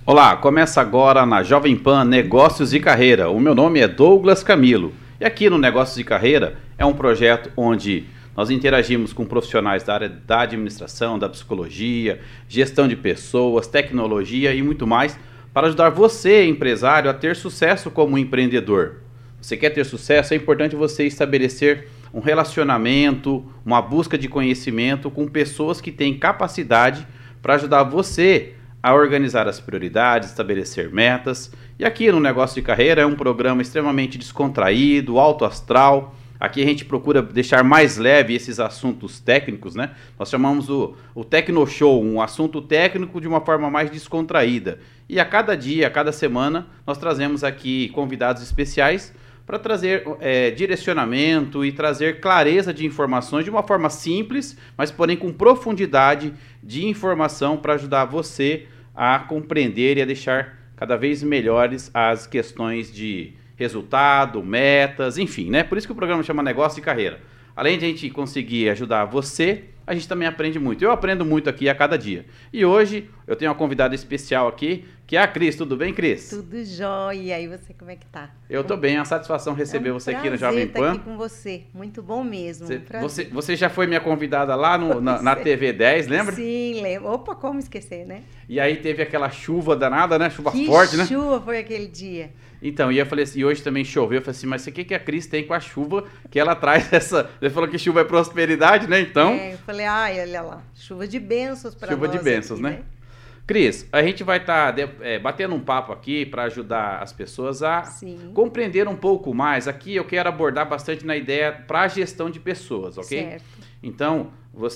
Olá, começa agora na Jovem Pan Negócios e Carreira. O meu nome é Douglas Camilo e aqui no Negócios e Carreira é um projeto onde nós interagimos com profissionais da área da administração, da psicologia, gestão de pessoas, tecnologia e muito mais para ajudar você, empresário, a ter sucesso como empreendedor. Você quer ter sucesso? É importante você estabelecer um relacionamento, uma busca de conhecimento com pessoas que têm capacidade para ajudar você a organizar as prioridades, estabelecer metas. E aqui no Negócio de Carreira é um programa extremamente descontraído, alto astral. Aqui a gente procura deixar mais leve esses assuntos técnicos, né? Nós chamamos o Tecno Show, um assunto técnico de uma forma mais descontraída. E a cada dia, a cada semana, nós trazemos aqui convidados especiais para trazer direcionamento e trazer clareza de informações de uma forma simples, mas porém com profundidade de informação para ajudar você a compreender e a deixar cada vez melhores as questões de resultado, metas, enfim, né? Por isso que o programa chama Negócio e Carreira. Além de a gente conseguir ajudar você, a gente também aprende muito. Eu aprendo muito aqui a cada dia. E hoje eu tenho uma convidada especial aqui, que é a Cris. Tudo bem, Cris? Tudo jóia. E aí, você como é que tá? Eu tô bem. É uma satisfação receber você aqui no Jovem Pan. Aqui com você. Muito bom mesmo. Você já foi minha convidada lá na TV 10, lembra? Sim, lembro. Opa, como esquecer, né? E aí teve aquela chuva danada, né? Chuva forte, né? Que chuva foi aquele dia. Então, e eu falei assim, e hoje também choveu, eu falei assim, mas o que a Cris tem com a chuva que ela traz essa... Você falou que chuva é prosperidade, né? Então... eu falei, olha lá, chuva de bênçãos para nós. Chuva de bênçãos, aqui, né? Cris, a gente vai estar batendo um papo aqui para ajudar as pessoas a compreender um pouco mais. Aqui eu quero abordar bastante na ideia para a gestão de pessoas, ok? Certo. Então,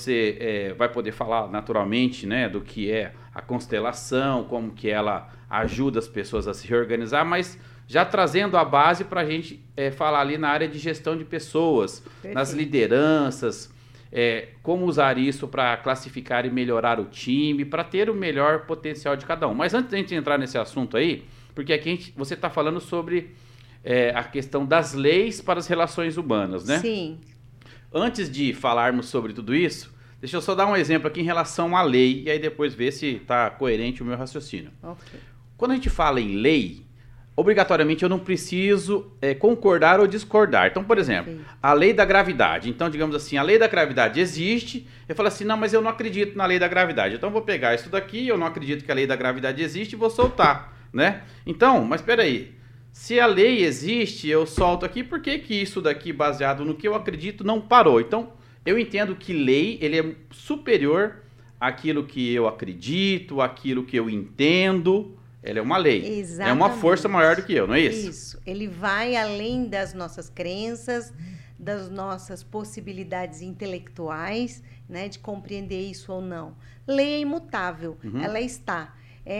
você vai poder falar naturalmente, né, do que é a constelação, como que ela ajuda as pessoas a se reorganizar, mas já trazendo a base para a gente falar ali na área de gestão de pessoas, Perfeito. Nas lideranças, como usar isso para classificar e melhorar o time, para ter o melhor potencial de cada um. Mas antes de a gente entrar nesse assunto aí, porque aqui você está falando sobre a questão das leis para as relações humanas, né? Sim. Antes de falarmos sobre tudo isso, deixa eu só dar um exemplo aqui em relação à lei, e aí depois ver se está coerente o meu raciocínio. Okay. Quando a gente fala em lei, obrigatoriamente eu não preciso concordar ou discordar. Então, por exemplo, a lei da gravidade. Então, digamos assim, a lei da gravidade existe. Eu falo assim, não, mas eu não acredito na lei da gravidade. Então, eu vou pegar isso daqui, eu não acredito que a lei da gravidade existe e vou soltar, né? Então, mas espera aí. Se a lei existe, eu solto aqui, por que isso daqui, baseado no que eu acredito, não parou? Então, eu entendo que lei, ele é superior àquilo que eu acredito, àquilo que eu entendo. Ela é uma lei. Exatamente. É uma força maior do que eu, não é isso? Isso. Ele vai além das nossas crenças, das nossas possibilidades intelectuais, né, de compreender isso ou não. Lei é imutável, ela está.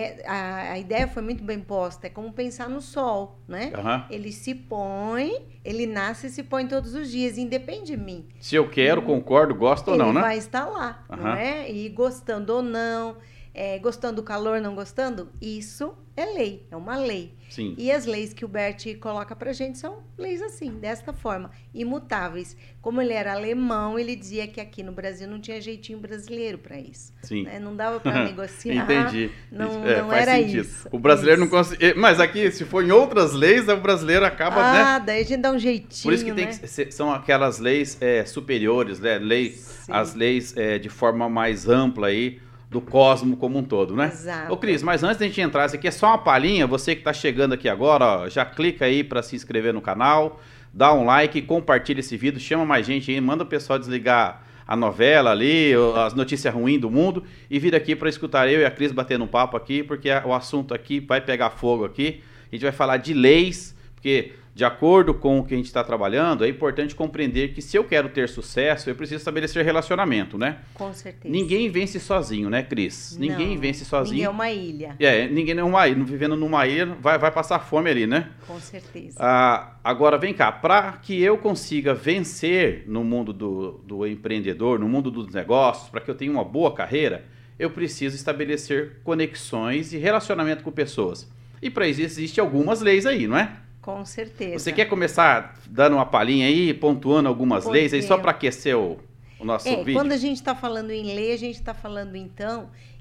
A ideia foi muito bem posta, é como pensar no sol, né? Ele se põe, ele nasce e se põe todos os dias, independe de mim. Se eu quero, concordo, gosto ou não, né? Ele vai estar lá, não é? E gostando ou não, gostando do calor, não gostando, isso é lei, é uma lei. Sim. E as leis que o Bert coloca pra gente são leis assim, desta forma, imutáveis. Como ele era alemão, ele dizia que aqui no Brasil não tinha jeitinho brasileiro para isso. Sim. Né? Não dava para negociar. Entendi. Não faz era sentido. isso. O brasileiro não consegue. Mas aqui, se for em outras leis, o brasileiro acaba, né? Daí a gente dá um jeitinho. Por isso que tem são aquelas leis superiores, né? As leis de forma mais ampla aí do cosmo como um todo, né? Exato. Ô Cris, mas antes da gente entrar, isso aqui é só uma palhinha, você que está chegando aqui agora, ó, já clica aí para se inscrever no canal, dá um like, compartilha esse vídeo, chama mais gente aí, manda o pessoal desligar a novela ali, as notícias ruins do mundo e vir aqui para escutar eu e a Cris batendo um papo aqui, porque o assunto aqui vai pegar fogo aqui, a gente vai falar de leis, porque de acordo com o que a gente está trabalhando, é importante compreender que se eu quero ter sucesso, eu preciso estabelecer relacionamento, né? Com certeza. Ninguém vence sozinho, né, Cris? Não, ninguém vence sozinho. Ninguém é uma ilha. Ninguém é uma ilha. Vivendo numa ilha, vai passar fome ali, né? Com certeza. Agora, vem cá. Para que eu consiga vencer no mundo do empreendedor, no mundo dos negócios, para que eu tenha uma boa carreira, eu preciso estabelecer conexões e relacionamento com pessoas. E para isso existem algumas leis aí, não é? Com certeza. Você quer começar dando uma palhinha aí, pontuando algumas leis aí, só para aquecer o nosso vídeo? Quando a gente está falando em lei, a gente está falando, então,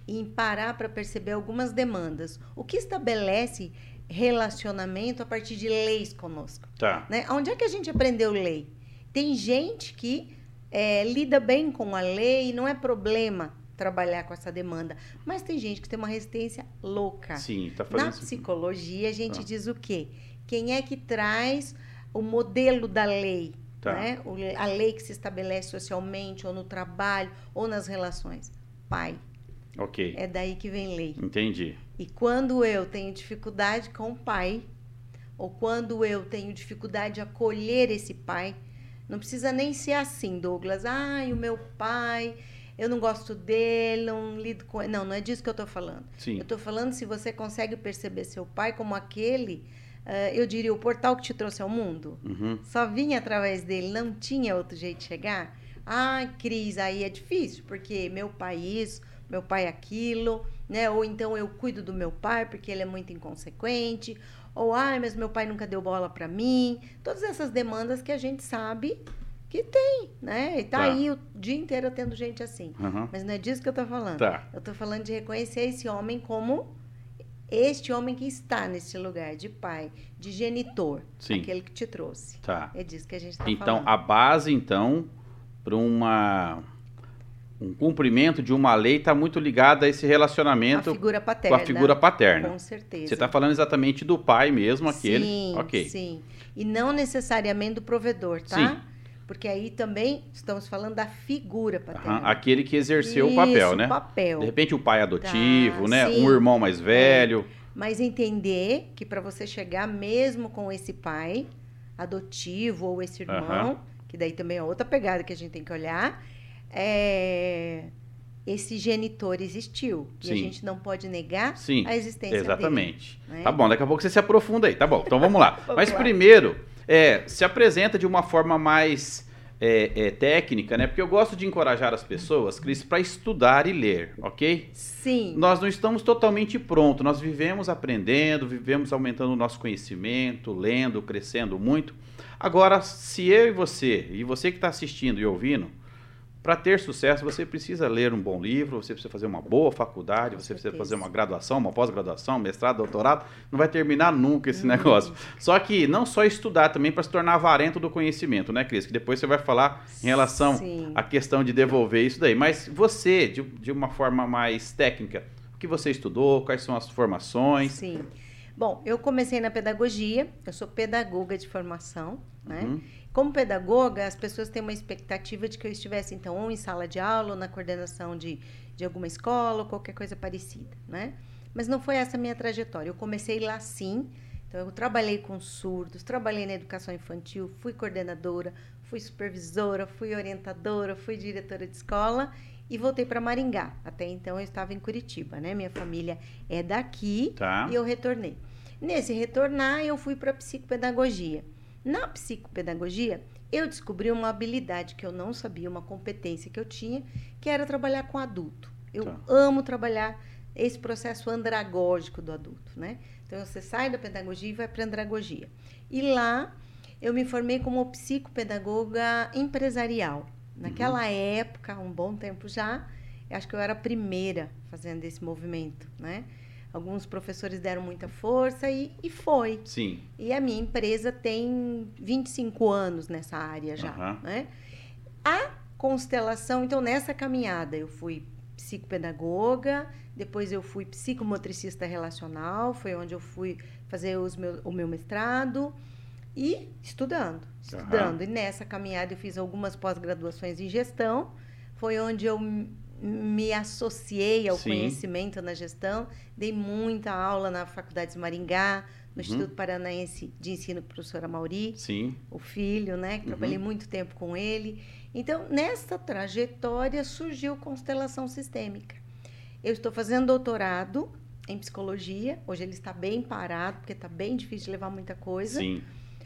em parar para perceber algumas demandas. O que estabelece relacionamento a partir de leis conosco? Tá. Né? Onde é que a gente aprendeu lei? Tem gente que lida bem com a lei e não é problema trabalhar com essa demanda. Mas tem gente que tem uma resistência louca. Sim, tá fazendo Na psicologia, a gente diz o quê? Quem é que traz o modelo da lei? Tá. Né? A lei que se estabelece socialmente, ou no trabalho, ou nas relações. Pai. Ok. É daí que vem lei. Entendi. E quando eu tenho dificuldade com o pai, ou quando eu tenho dificuldade de acolher esse pai, não precisa nem ser assim, Douglas. Ai, o meu pai, eu não gosto dele, não lido com ele. Não, não é disso que eu estou falando. Sim. Eu estou falando se você consegue perceber seu pai como aquele, eu diria, o portal que te trouxe ao mundo. Uhum. Só vinha através dele, não tinha outro jeito de chegar. Ah, Cris, aí é difícil, porque meu pai isso, meu pai aquilo, né? Ou então eu cuido do meu pai porque ele é muito inconsequente. Ou, ai, mas meu pai nunca deu bola para mim. Todas essas demandas que a gente sabe que tem, né? E tá aí o dia inteiro tendo gente assim. Uhum. Mas não é disso que eu tô falando. Tá. Eu tô falando de reconhecer esse homem como este homem que está nesse lugar de pai, de genitor. Sim. Aquele que te trouxe. Tá. É disso que a gente está Então, falando. a base, então, para um cumprimento de uma lei está muito ligada a esse relacionamento A figura paterna. com a figura paterna. Com certeza. Você está falando exatamente do pai mesmo, aquele. Sim, Ok. sim. E não necessariamente do provedor, tá? Sim. Porque aí também estamos falando da figura paterna. Aham, aquele que exerceu o Isso, papel, né? o papel. De repente o pai adotivo, Tá, né? sim. Um irmão mais velho. Mas entender que para você chegar mesmo com esse pai adotivo ou esse irmão, Aham. que daí também é outra pegada que a gente tem que olhar, esse genitor existiu. E a Sim. gente não pode negar Sim, a existência exatamente. dele. Né? Tá bom, daqui a pouco você se aprofunda aí. Tá bom, então vamos lá. Vamos Mas lá. primeiro, se apresenta de uma forma mais técnica, né? Porque eu gosto de encorajar as pessoas, Cris, para estudar e ler, ok? Sim. Nós não estamos totalmente prontos, nós vivemos aprendendo, vivemos aumentando o nosso conhecimento, lendo, crescendo muito. Agora, se eu e você que está assistindo e ouvindo, para ter sucesso, você precisa ler um bom livro, você precisa fazer uma boa faculdade, você precisa fazer uma graduação, uma pós-graduação, mestrado, doutorado. Não vai terminar nunca esse negócio. Só que não só estudar também para se tornar avarento do conhecimento, né, Cris? Que depois você vai falar em relação Sim. à questão de devolver isso daí. Mas você, de uma forma mais técnica, o que você estudou, quais são as formações? Sim. Bom, eu comecei na pedagogia, eu sou pedagoga de formação, né? Uhum. Como pedagoga, as pessoas têm uma expectativa de que eu estivesse, então, ou em sala de aula, ou na coordenação de alguma escola, ou qualquer coisa parecida, né? Mas não foi essa a minha trajetória. Eu comecei lá, sim. Então, eu trabalhei com surdos, trabalhei na educação infantil, fui coordenadora, fui supervisora, fui orientadora, fui diretora de escola e voltei para Maringá. Até então, eu estava em Curitiba, né? Minha família é daqui Tá. e eu retornei. Nesse retornar, eu fui para a psicopedagogia. Na psicopedagogia, eu descobri uma habilidade que eu não sabia, uma competência que eu tinha, que era trabalhar com adulto. Eu Tá. amo trabalhar esse processo andragógico do adulto, né? Então, você sai da pedagogia e vai para a andragogia. E lá, eu me formei como psicopedagoga empresarial. Naquela época, um bom tempo já, eu acho que eu era a primeira fazendo esse movimento, né? Alguns professores deram muita força e foi. Sim. E a minha empresa tem 25 anos nessa área já, Aham. né? A constelação, então, nessa caminhada, eu fui psicopedagoga, depois eu fui psicomotricista relacional, foi onde eu fui fazer o meu mestrado e estudando. E nessa caminhada eu fiz algumas pós-graduações em gestão, foi onde eu me associei ao Sim. conhecimento na gestão, dei muita aula na Faculdade de Maringá, no Instituto Paranaense de Ensino, professor Amauri, Sim. o filho, né? Que trabalhei muito tempo com ele. Então, nessa trajetória surgiu Constelação Sistêmica. Eu estou fazendo doutorado em psicologia. Hoje ele está bem parado, porque está bem difícil de levar muita coisa. Sim.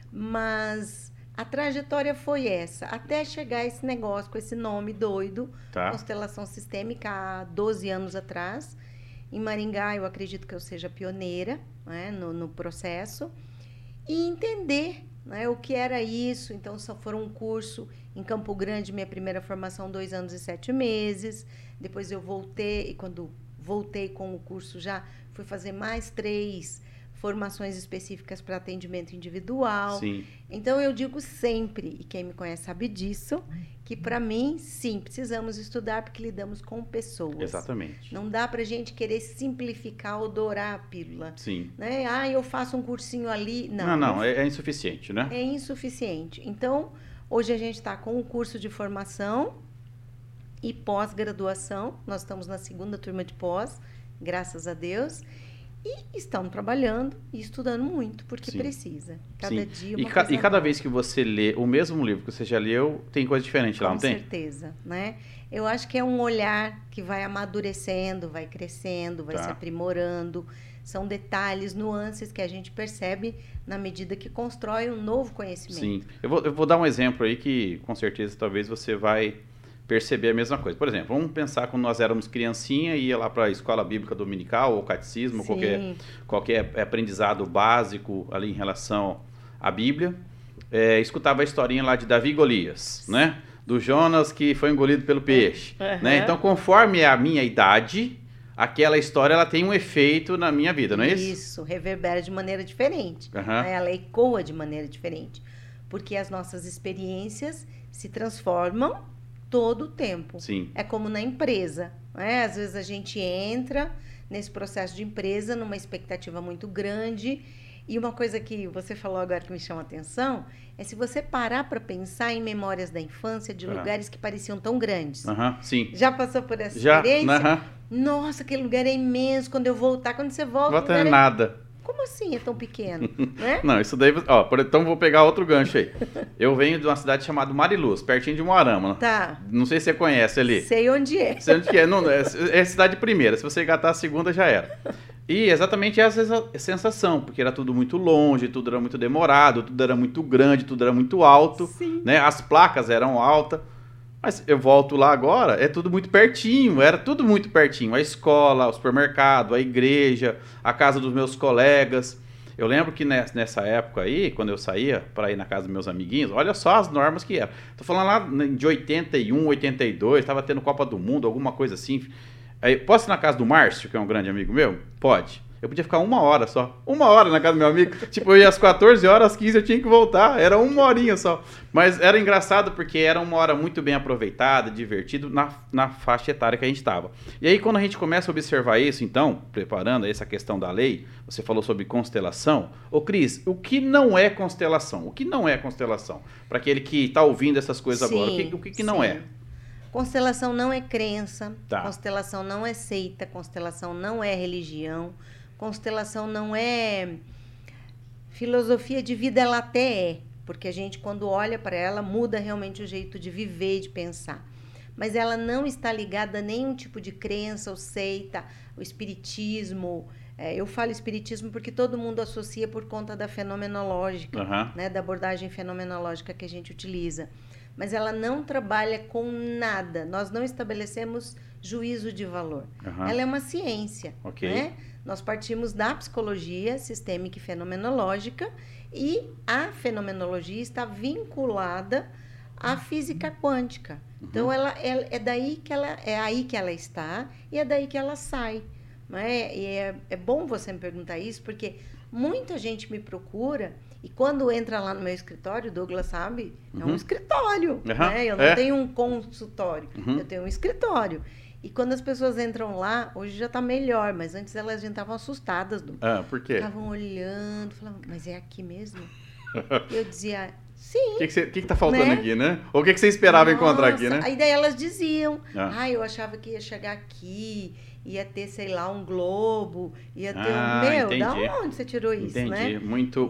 Mas a trajetória foi essa, até chegar a esse negócio com esse nome doido, Tá. Constelação Sistêmica, há 12 anos atrás. Em Maringá, eu acredito que eu seja pioneira, né, no processo. E entender, né, o que era isso. Então, só foram um curso em Campo Grande, minha primeira formação, 2 anos e 7 meses. Depois eu voltei, e quando voltei com o curso já, fui fazer mais 3 formações específicas para atendimento individual. Sim. Então, eu digo sempre, e quem me conhece sabe disso, que para mim, sim, precisamos estudar porque lidamos com pessoas. Exatamente. Não dá para a gente querer simplificar ou dourar a pílula. Sim. Né? Ah, eu faço um cursinho ali. Não, é insuficiente, né? É insuficiente. Então, hoje a gente está com o curso de formação e pós-graduação. Nós estamos na 2ª turma de pós, graças a Deus. E estamos trabalhando e estudando muito, porque precisa. Cada dia uma coisa E cada nova. vez que você lê o mesmo livro que você já leu, tem coisa diferente lá, não tem? Com certeza, né? Eu acho que é um olhar que vai amadurecendo, vai crescendo, vai se aprimorando. São detalhes, nuances que a gente percebe na medida que constrói um novo conhecimento. Sim. Eu vou dar um exemplo aí que, com certeza, talvez você vai perceber a mesma coisa. Por exemplo, vamos pensar quando nós éramos criancinha e ia lá para a escola bíblica dominical ou catecismo, qualquer aprendizado básico ali em relação à Bíblia. Escutava a historinha lá de Davi e Golias, né? Do Jonas que foi engolido pelo peixe. Né? Então, conforme a minha idade, aquela história ela tem um efeito na minha vida, não é isso? Isso, reverbera de maneira diferente. Né? Ela ecoa de maneira diferente. Porque as nossas experiências se transformam todo o tempo. Sim. É como na empresa. Né? Às vezes a gente entra nesse processo de empresa numa expectativa muito grande. E uma coisa que você falou agora que me chama a atenção é se você parar para pensar em memórias da infância de lugares que pareciam tão grandes. Sim. Já passou por essa experiência? Nossa, aquele lugar é imenso. Quando eu voltar, quando você volta... Não tem nada. Como assim é tão pequeno? Né? Não, isso daí... Ó, então vou pegar outro gancho aí. Eu venho de uma cidade chamada Mariluz, pertinho de Moarama. Tá. Não sei se você conhece ali. Sei onde é. Sei onde que é. Não, é cidade primeira. Se você engatar a segunda, já era. E exatamente essa sensação, porque era tudo muito longe, tudo era muito demorado, tudo era muito grande, tudo era muito alto. Sim. Né? As placas eram altas. Mas eu volto lá agora, é tudo muito pertinho, era tudo muito pertinho. A escola, o supermercado, a igreja, a casa dos meus colegas. Eu lembro que nessa época aí, quando eu saía para ir na casa dos meus amiguinhos, olha só as normas que eram. Tô falando lá de 81, 82, estava tendo Copa do Mundo, alguma coisa assim. Aí, posso ir na casa do Márcio, que é um grande amigo meu? Pode. Eu podia ficar 1 hora só. 1 hora na casa do meu amigo. Tipo, eu ia às 14 horas, às 15 eu tinha que voltar. Era 1 horinha só. Mas era engraçado porque era 1 hora muito bem aproveitada, divertido, na faixa etária que a gente estava. E aí, quando a gente começa a observar isso, então, preparando essa questão da lei, você falou sobre constelação. Ô, Cris, o que não é constelação? O que não é constelação? Para aquele que está ouvindo essas coisas agora, o que não é? Constelação não é crença, Tá. Constelação não é seita, constelação não é religião, constelação não é filosofia de vida, ela até é, porque a gente quando olha para ela muda realmente o jeito de viver e de pensar. Mas ela não está ligada a nenhum tipo de crença ou seita, o espiritismo. Eu falo espiritismo porque todo mundo associa por conta da fenomenológica, né, da abordagem fenomenológica que a gente utiliza. Mas ela não trabalha com nada. Nós não estabelecemos juízo de valor. Ela é uma ciência. Né? Nós partimos da psicologia sistêmica e fenomenológica e a fenomenologia está vinculada à física quântica. Então, ela é aí que ela está e é daí que ela sai. Né? E é bom você me perguntar isso, porque muita gente me procura e quando entra lá no meu escritório, Douglas sabe, é um escritório. Né? Eu não tenho um consultório, eu tenho um escritório. E quando as pessoas entram lá, hoje já está melhor, mas antes elas já estavam assustadas. Por quê? Ficavam olhando, falavam, mas é aqui mesmo? Eu dizia, sim. O que está faltando aqui, né? Ou o que você esperava encontrar aqui, né? Aí daí elas diziam, eu achava que ia chegar aqui, ia ter, sei lá, um globo, ia ter entendi. Da onde você tirou isso, entendi. Né? Muito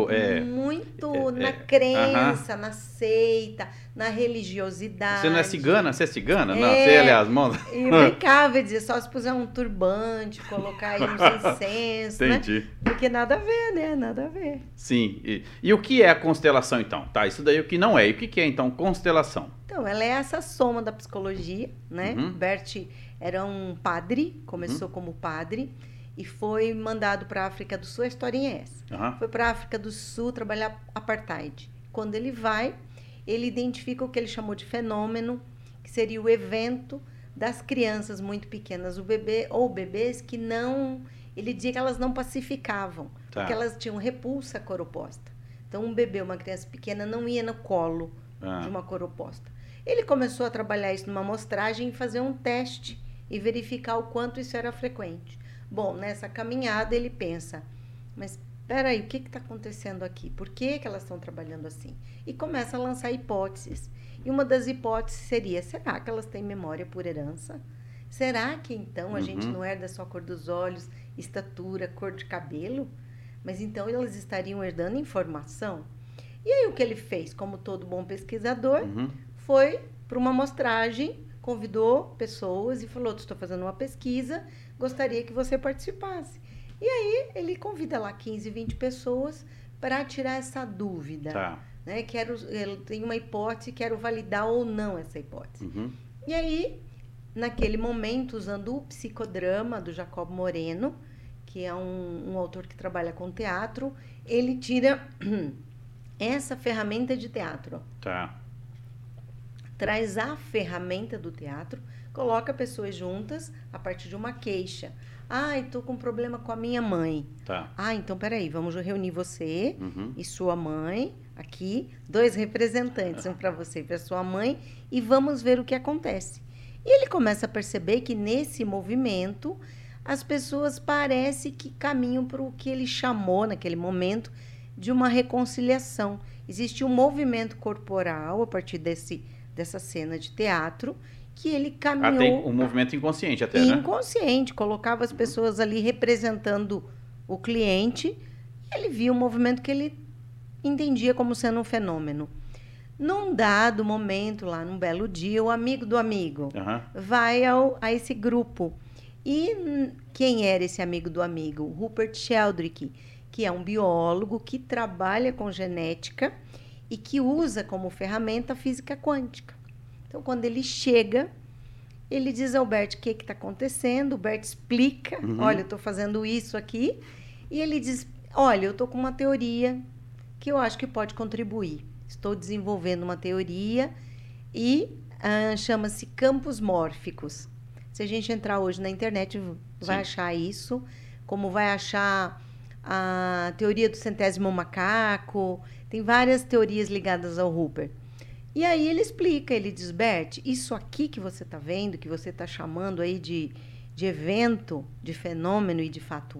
na crença, na seita, na religiosidade. Você não é cigana? Você é cigana? Não, você, aliás, mano. E brincava e dizia, só se puser um turbante, colocar aí uns incensos, entendi. Né? Porque nada a ver, né? Nada a ver. Sim. E o que é a constelação, então? Tá, isso daí é o que não é. E o que é, então, constelação? Então, ela é essa soma da psicologia, né? Bert era um padre, começou como padre e foi mandado para a África do Sul. A historinha é essa. Foi para a África do Sul trabalhar apartheid. Quando ele vai, ele identifica o que ele chamou de fenômeno, que seria o evento das crianças muito pequenas, o bebê ou bebês que não, ele dizia que elas não pacificavam, porque elas tinham repulsa à cor oposta. Então, um bebê, uma criança pequena, não ia no colo de uma cor oposta. Ele começou a trabalhar isso numa amostragem e fazer um teste e verificar o quanto isso era frequente. Bom, nessa caminhada ele pensa, mas espera aí, o que está acontecendo aqui? Por que elas estão trabalhando assim? E começa a lançar hipóteses. E uma das hipóteses seria, será que elas têm memória por herança? Será que então a gente não herda só a cor dos olhos, estatura, cor de cabelo? Mas então elas estariam herdando informação? E aí o que ele fez, como todo bom pesquisador, foi para uma amostragem, convidou pessoas e falou, estou fazendo uma pesquisa, gostaria que você participasse. E aí ele convida lá 15, 20 pessoas para tirar essa dúvida. Tá. Né? Eu tenho uma hipótese, quero validar ou não essa hipótese. E aí, naquele momento, usando o psicodrama do Jacob Moreno, que é um autor que trabalha com teatro, ele tira essa ferramenta de teatro. Tá. Traz a ferramenta do teatro, coloca pessoas juntas a partir de uma queixa. Estou com um problema com a minha mãe. Tá. Então peraí, vamos reunir você e sua mãe aqui, 2 representantes, um para você e para sua mãe, e vamos ver o que acontece. E ele começa a perceber que nesse movimento as pessoas parece que caminham para o que ele chamou naquele momento de uma reconciliação. Existe um movimento corporal a partir dessa cena de teatro que ele caminhou... Tem um movimento inconsciente até, né? Inconsciente, colocava as pessoas ali representando o cliente, e ele via um movimento que ele entendia como sendo um fenômeno. Num dado momento, lá num belo dia, o amigo do amigo vai a esse grupo. E quem era esse amigo do amigo? Rupert Sheldrake, que é um biólogo que trabalha com genética e que usa como ferramenta a física quântica. Então, quando ele chega, ele diz ao Bert o que está acontecendo. O Bert explica, olha, eu estou fazendo isso aqui. E ele diz, olha, eu estou com uma teoria que eu acho que pode contribuir. Estou desenvolvendo uma teoria e chama-se campos mórficos. Se a gente entrar hoje na internet, vai achar isso, como vai achar a teoria do 100º macaco. Tem várias teorias ligadas ao Rupert. E aí ele explica, ele diz, Bert, isso aqui que você está vendo, que você está chamando aí de evento, de fenômeno e de fato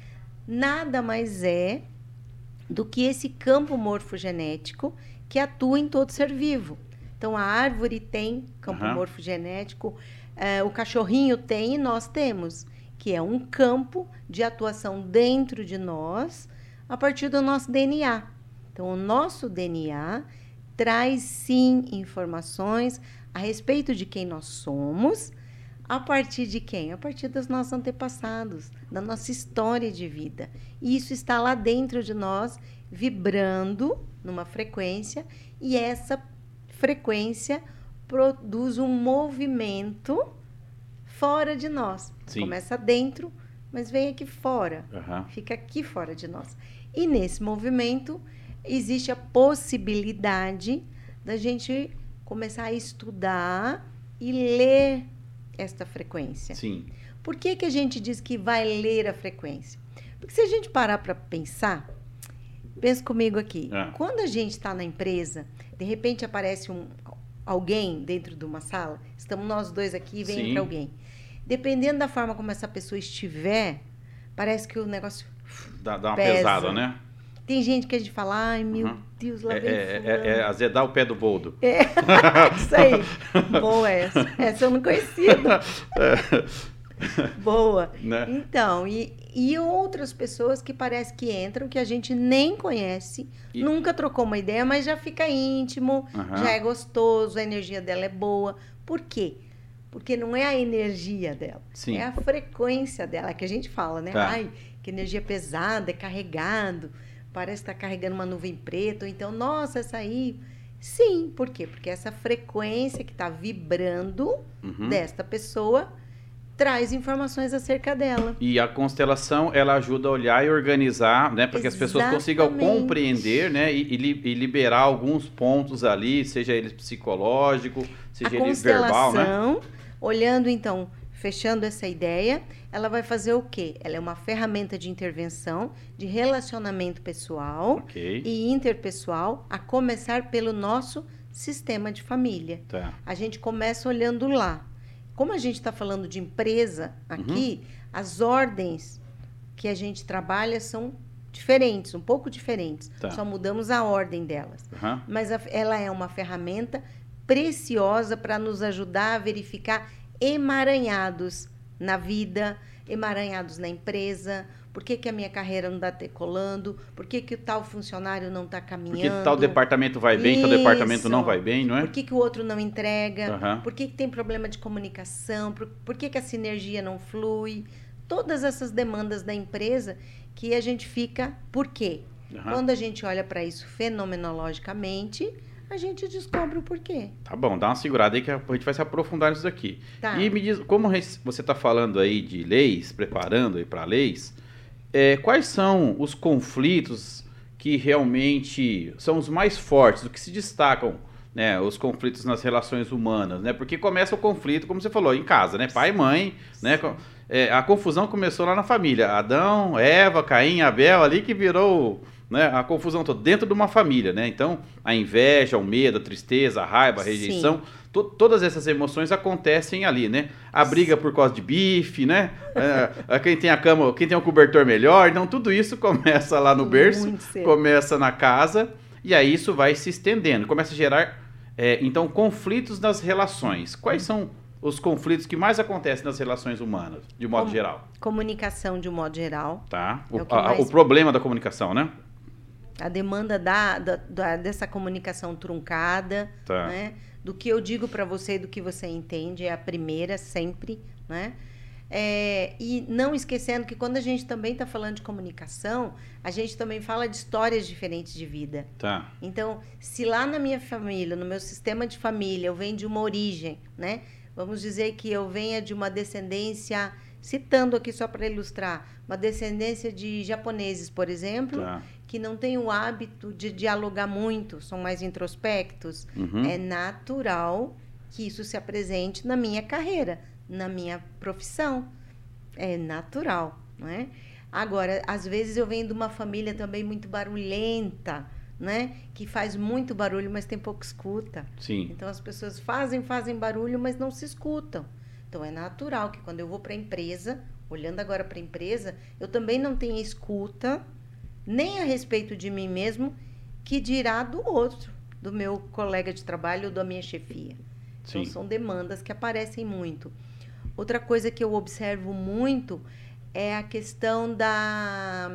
nada mais é do que esse campo morfogenético que atua em todo ser vivo. Então, a árvore tem campo morfogenético, o cachorrinho tem e nós temos, que é um campo de atuação dentro de nós a partir do nosso DNA. Então, o nosso DNA traz, sim, informações a respeito de quem nós somos, a partir de quem? A partir dos nossos antepassados, da nossa história de vida. E isso está lá dentro de nós, vibrando numa frequência, e essa frequência produz um movimento fora de nós. Sim. Começa dentro, mas vem aqui fora. Fica aqui fora de nós. E nesse movimento existe a possibilidade da gente começar a estudar e ler esta frequência. Sim. Por que a gente diz que vai ler a frequência? Porque se a gente parar para pensar, pensa comigo aqui, quando a gente está na empresa, de repente aparece alguém dentro de uma sala, estamos nós dois aqui e vem para alguém. Dependendo da forma como essa pessoa estiver, parece que o negócio dá uma pesa. pesada, né? Tem gente que a gente fala, ai meu Deus, lá vem fulano. Azedar o pé do boldo. Isso aí. Boa essa. Essa eu não conhecia. Boa. Né? Então, e outras pessoas que parece que entram, que a gente nem conhece, nunca trocou uma ideia, mas já fica íntimo, já é gostoso, a energia dela é boa. Por quê? Porque não é a energia dela, é a frequência dela, que a gente fala, né? Ai, que energia pesada, é carregado, parece estar carregando uma nuvem preta, ou então, nossa, essa aí... Sim, por quê? Porque essa frequência que está vibrando desta pessoa traz informações acerca dela. E a constelação, ela ajuda a olhar e organizar, né? Para que as pessoas consigam compreender, né? E liberar alguns pontos ali, seja ele psicológico, seja ele verbal, né? Olhando, então, fechando essa ideia, ela vai fazer o quê? Ela é uma ferramenta de intervenção, de relacionamento pessoal e interpessoal, a começar pelo nosso sistema de família. Tá. A gente começa olhando lá. Como a gente está falando de empresa aqui, as ordens que a gente trabalha são diferentes, um pouco diferentes. Tá. Só mudamos a ordem delas. Mas ela é uma ferramenta preciosa para nos ajudar a verificar emaranhados na vida, emaranhados na empresa. Por que a minha carreira não está decolando? Por que o tal funcionário não está caminhando? Por que tal departamento vai bem, tal departamento não vai bem, não é? Por que o outro não entrega? Por que tem problema de comunicação? Por que a sinergia não flui? Todas essas demandas da empresa que a gente fica... Por quê? Quando a gente olha para isso fenomenologicamente, a gente descobre o porquê. Tá bom, dá uma segurada aí que a gente vai se aprofundar nisso daqui. Tá. E me diz, como você está falando aí de leis, preparando aí para leis, quais são os conflitos que realmente são os mais fortes, o que se destacam, né, os conflitos nas relações humanas, né? Porque começa o conflito, como você falou, em casa, né? Pai e mãe, né? A confusão começou lá na família. Adão, Eva, Caim, Abel, ali que virou, né, a confusão toda dentro de uma família, né? Então, a inveja, o medo, a tristeza, a raiva, a rejeição, todas essas emoções acontecem ali, né? A briga por causa de bife, né? Quem tem a cama, quem tem um cobertor melhor. Então, tudo isso começa lá no berço, começa na casa, e aí isso vai se estendendo, começa a gerar, então, conflitos nas relações. Quais são os conflitos que mais acontecem nas relações humanas, de modo geral? Comunicação, de um modo geral. Tá. O problema da comunicação, né? A demanda dessa comunicação truncada, tá, né? Do que eu digo para você e do que você entende, é a primeira sempre, né? E não esquecendo que quando a gente também está falando de comunicação, a gente também fala de histórias diferentes de vida. Tá. Então, se lá na minha família, no meu sistema de família, eu venho de uma origem, né? Vamos dizer que eu venha de uma descendência, citando aqui só para ilustrar, uma descendência de japoneses, por exemplo, tá, que não tem o hábito de dialogar muito, são mais introspectos. É natural que isso se apresente na minha carreira, na minha profissão. É natural, não é? Agora, às vezes eu venho de uma família também muito barulhenta, né? Que faz muito barulho, mas tem pouca escuta. Sim. Então as pessoas fazem barulho, mas não se escutam. Então é natural que quando eu vou para a empresa, olhando agora para a empresa, eu também não tenha escuta, nem a respeito de mim mesmo, que dirá do outro, do meu colega de trabalho ou da minha chefia. Então são demandas que aparecem muito. Outra coisa que eu observo muito é a questão da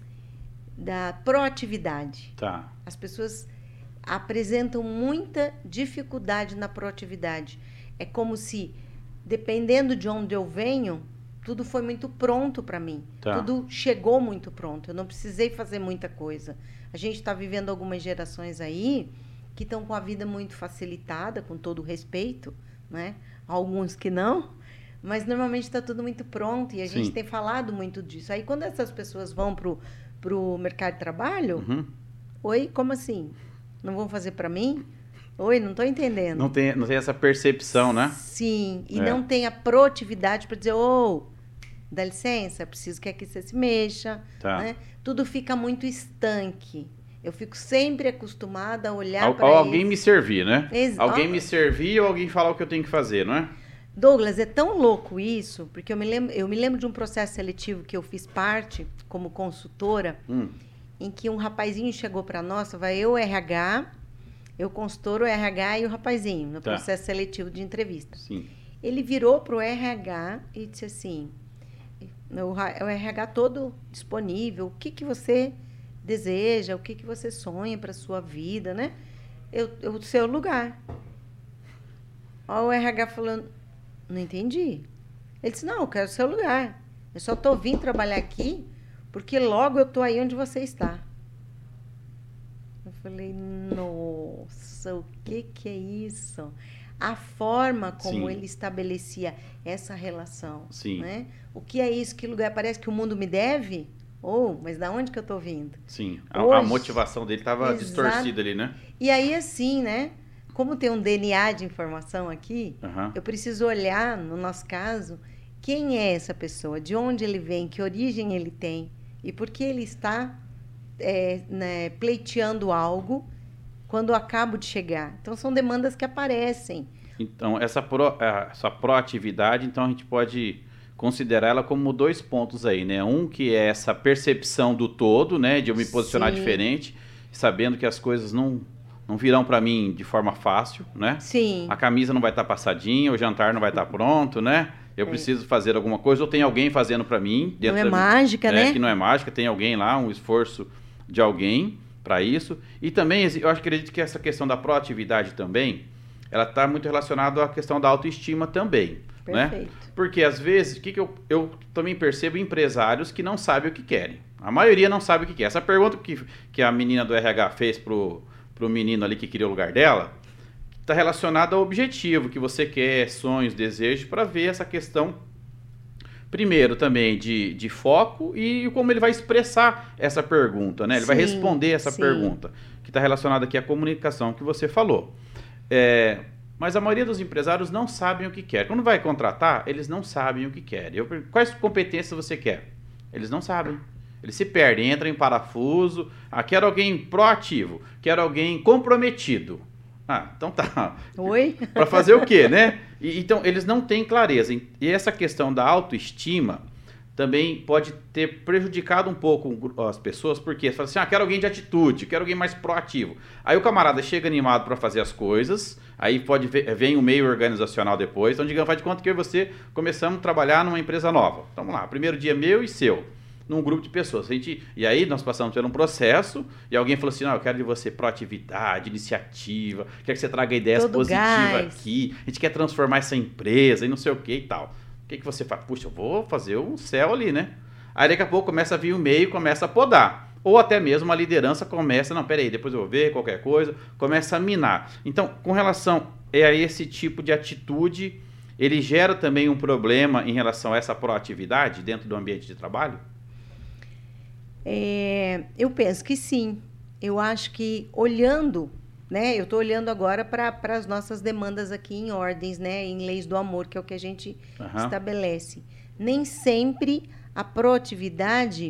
proatividade. Tá. As pessoas apresentam muita dificuldade na proatividade. É como se, dependendo de onde eu venho, tudo foi muito pronto para mim. Tá. Tudo chegou muito pronto. Eu não precisei fazer muita coisa. A gente está vivendo algumas gerações aí que estão com a vida muito facilitada, com todo o respeito, né? Alguns que não, mas normalmente está tudo muito pronto e a gente tem falado muito disso. Aí quando essas pessoas vão pro mercado de trabalho, oi, como assim? Não vão fazer para mim? Oi, não estou entendendo. Não tem essa percepção, né? Sim, e não tem a proatividade para dizer, dá licença, preciso que aqui você se mexa. Tá. Né? Tudo fica muito estanque. Eu fico sempre acostumada a olhar para alguém me servir, né? Alguém me servir ou alguém falar o que eu tenho que fazer, não é? Douglas, é tão louco isso, porque eu me lembro de um processo seletivo que eu fiz parte como consultora, em que um rapazinho chegou para nós, vai eu, RH, eu consultor, o RH e o rapazinho, no processo seletivo de entrevista. Sim. Ele virou para o RH e disse assim, o RH todo disponível, o que você deseja, o que você sonha para a sua vida, né? O seu lugar. Ó, o RH falando, não entendi. Ele disse, não, eu quero o seu lugar. Eu só estou vindo trabalhar aqui porque logo eu estou aí onde você está. Eu falei, nossa, o que é isso? A forma como ele estabelecia essa relação. Sim. Né? O que é isso? Que lugar? Parece que o mundo me deve? Mas da onde que eu estou vindo? Sim, a motivação dele estava distorcida ali, né? E aí, assim, né? como tem um DNA de informação aqui, Aham. eu preciso olhar, no nosso caso, quem é essa pessoa, de onde ele vem, que origem ele tem e por que ele está né, pleiteando algo quando eu acabo de chegar. Então, são demandas que aparecem. Então, essa proatividade, então a gente pode considerar ela como 2 pontos aí, né? Um que é essa percepção do todo, né? De eu me posicionar Sim. diferente, sabendo que as coisas não virão para mim de forma fácil, né? Sim. A camisa não vai estar passadinha, o jantar não vai estar pronto, né? Eu preciso fazer alguma coisa, ou tem alguém fazendo para mim. Não é mágica, né? Que não é mágica, tem alguém lá, um esforço de alguém para isso. E também, eu acredito que essa questão da proatividade também, ela está muito relacionada à questão da autoestima também. Perfeito. Né? Porque às vezes, o que eu também percebo empresários que não sabem o que querem. A maioria não sabe o que quer. Essa pergunta que a menina do RH fez pro menino ali que queria o lugar dela, está relacionada ao objetivo que você quer, sonhos, desejos, para ver essa questão, primeiro também de foco e como ele vai expressar essa pergunta, né? Ele vai responder essa pergunta, que está relacionada aqui à comunicação que você falou. Mas a maioria dos empresários não sabem o que quer. Quando vai contratar, eles não sabem o que querem. Quais competências você quer? Eles não sabem. Eles se perdem, entram em parafuso. Quero alguém proativo, quero alguém comprometido. Então tá. Oi? Para fazer o quê, né? Então, eles não têm clareza. E essa questão da autoestima também pode ter prejudicado um pouco as pessoas, porque você fala assim, quero alguém de atitude, quero alguém mais proativo. Aí o camarada chega animado para fazer as coisas, aí vem o meio organizacional depois, então digamos, faz de conta que eu e você começamos a trabalhar numa empresa nova. Então vamos lá, primeiro dia meu e seu, num grupo de pessoas. E aí nós passamos por um processo, e alguém falou assim, eu quero de você proatividade, iniciativa, quero que você traga ideias positivas aqui, a gente quer transformar essa empresa e não sei o que e tal. O que você faz? Puxa, eu vou fazer um céu ali, né? Aí daqui a pouco começa a vir o meio, começa a podar. Ou até mesmo a liderança começa, não, peraí, depois eu vou ver qualquer coisa, começa a minar. Então, com relação a esse tipo de atitude, ele gera também um problema em relação a essa proatividade dentro do ambiente de trabalho? Eu penso que sim. Eu acho que olhando, né? Eu estou olhando agora para as nossas demandas aqui em ordens, né? Em leis do amor, que é o que a gente estabelece. Nem sempre a proatividade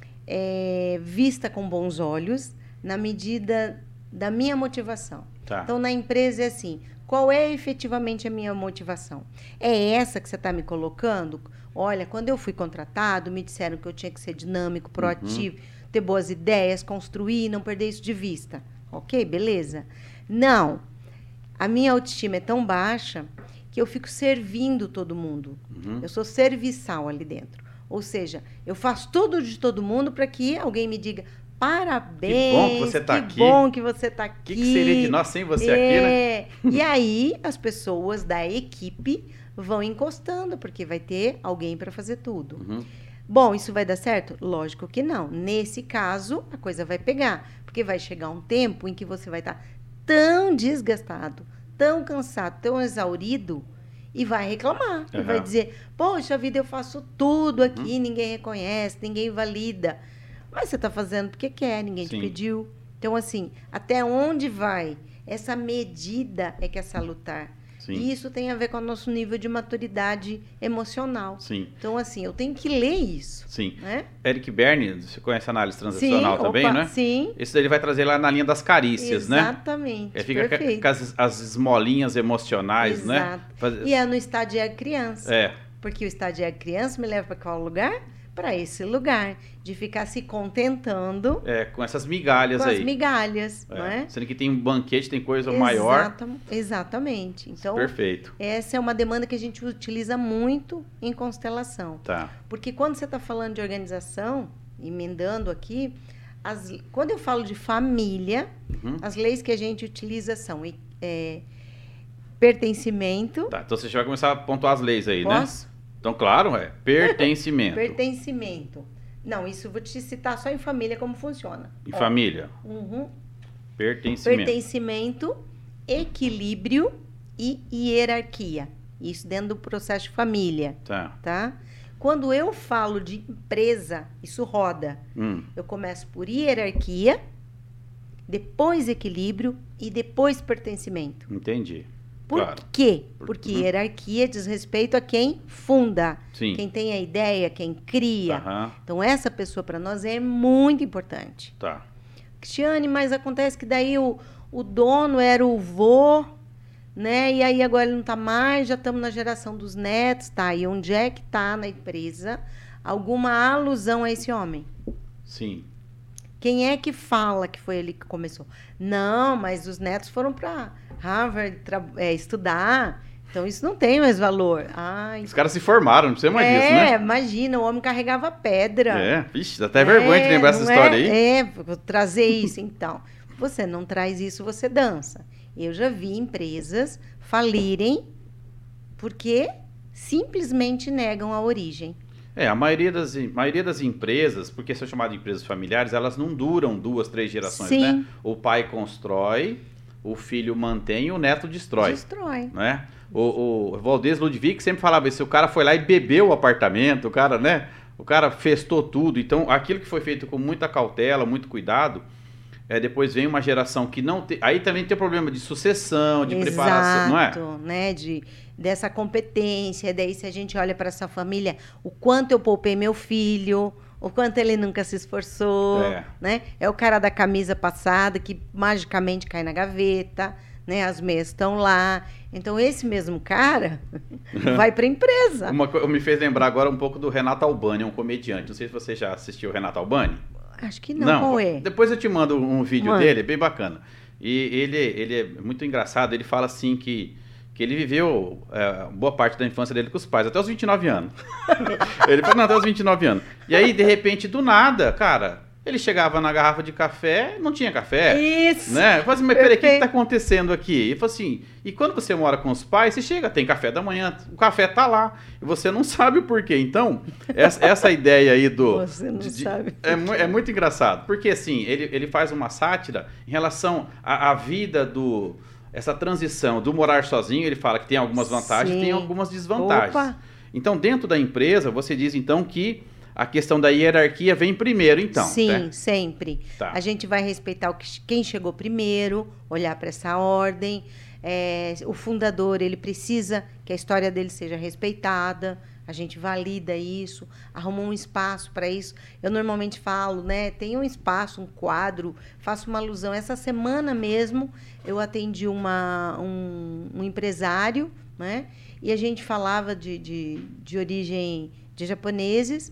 é vista com bons olhos na medida da minha motivação. Tá. Então, na empresa é assim, qual é efetivamente a minha motivação? É essa que você está me colocando? Olha, quando eu fui contratado, me disseram que eu tinha que ser dinâmico, proativo, ter boas ideias, construir, não perder isso de vista. Ok, beleza. Não, a minha autoestima é tão baixa que eu fico servindo todo mundo. Eu sou serviçal ali dentro. Ou seja, eu faço tudo de todo mundo para que alguém me diga parabéns, que bom que você está aqui. Bom que você está aqui. O que seria de nós sem você aqui, né? E aí as pessoas da equipe vão encostando, porque vai ter alguém para fazer tudo. Bom, isso vai dar certo? Lógico que não. Nesse caso, a coisa vai pegar. Porque vai chegar um tempo em que você vai estar tão desgastado, tão cansado, tão exaurido, e vai reclamar. E vai dizer, poxa vida, eu faço tudo aqui, ninguém reconhece, ninguém valida. Mas você está fazendo porque quer, ninguém te pediu. Então, assim, até onde vai? Essa medida é que é salutar. E isso tem a ver com o nosso nível de maturidade emocional. Então, assim, eu tenho que ler isso. Né? Eric Berne, você conhece a análise transacional também, né? Sim. Isso ele vai trazer lá na linha das carícias, Exatamente, né? Fica com as esmolinhas emocionais, né? E é no estagiário criança. Porque o estagiário criança me leva para qual lugar? Para esse lugar, de ficar se contentando com essas migalhas aí. Com as migalhas, não é? Sendo que tem um banquete, tem coisa maior. Exatamente. Então, perfeito. Essa é uma demanda que a gente utiliza muito em constelação. Tá. Porque quando você está falando de organização, emendando aqui, quando eu falo de família, as leis que a gente utiliza são pertencimento. Tá, então você já vai começar a pontuar as leis aí, Posso? né? Então, claro, pertencimento. Pertencimento. Não, isso eu vou te citar só em família como funciona. Em família? Pertencimento. Pertencimento, equilíbrio e hierarquia. Isso dentro do processo de família. Tá? Quando eu falo de empresa, isso roda. Eu começo por hierarquia depois equilíbrio e depois pertencimento. Entendi. Por Claro. quê? Porque hierarquia diz respeito a quem funda, Sim. quem tem a ideia, quem cria. Aham. Então, essa pessoa para nós é muito importante. Tá. Cristiane, mas acontece que daí o dono era o vô, né? E aí agora ele não está mais, já estamos na geração dos netos, tá? E onde é que está na empresa alguma alusão a esse homem? Sim. Quem é que fala que foi ele que começou? Não, mas os netos foram para Harvard estudar, então isso não tem mais valor. Ai, Os caras se formaram, não precisa mais disso, né? Imagina, o homem carregava pedra. Vixe, dá até vergonha de lembrar essa não história aí. vou trazer isso então. Você não traz isso, você dança. Eu já vi empresas falirem porque simplesmente negam a origem. A maioria das empresas, porque são chamadas de empresas familiares, elas não duram 2, 3 gerações, Sim. né? O pai constrói, o filho mantém e o neto destrói. Destrói. Né? O Valdez Ludwig sempre falava isso, o cara foi lá e bebeu o apartamento, o cara, né? O cara festou tudo. Então, aquilo que foi feito com muita cautela, muito cuidado, depois vem uma geração que não tem... Aí também tem o problema de sucessão, de preparação, não é? Exato, né? Dessa competência. Daí, se a gente olha para essa família, o quanto eu poupei meu filho, o quanto ele nunca se esforçou, né? É o cara da camisa passada que magicamente cai na gaveta, né? As meias estão lá. Então, esse mesmo cara vai para a empresa. Me fez lembrar agora um pouco do Renato Albani, um comediante. Não sei se você já assistiu o Renato Albani. Acho que não, qual é? Depois eu te mando um vídeo dele, é bem bacana. E ele é muito engraçado, ele fala assim que ele viveu boa parte da infância dele com os pais, até os 29 anos. Ele falou, não, até os 29 anos. E aí, de repente, do nada, cara, ele chegava na garrafa de café, não tinha café. Isso! Né? Eu falei assim, mas peraí, o que está acontecendo aqui? Ele falou assim, e quando você mora com os pais, você chega, tem café da manhã, o café tá lá, e você não sabe o porquê. Então, essa ideia aí do... Você não sabe. É muito engraçado, porque assim, ele faz uma sátira em relação à vida essa transição do morar sozinho. Ele fala que tem algumas vantagens e tem algumas desvantagens. Opa. Então, dentro da empresa, você diz então que a questão da hierarquia vem primeiro, então. Sim, né? sempre. Tá. A gente vai respeitar quem chegou primeiro, olhar para essa ordem. O fundador, ele precisa que a história dele seja respeitada. A gente valida isso, arruma um espaço para isso. Eu normalmente falo, né? Tem um espaço, um quadro, faço uma alusão. Essa semana mesmo, eu atendi um empresário, né? E a gente falava de origem de japoneses,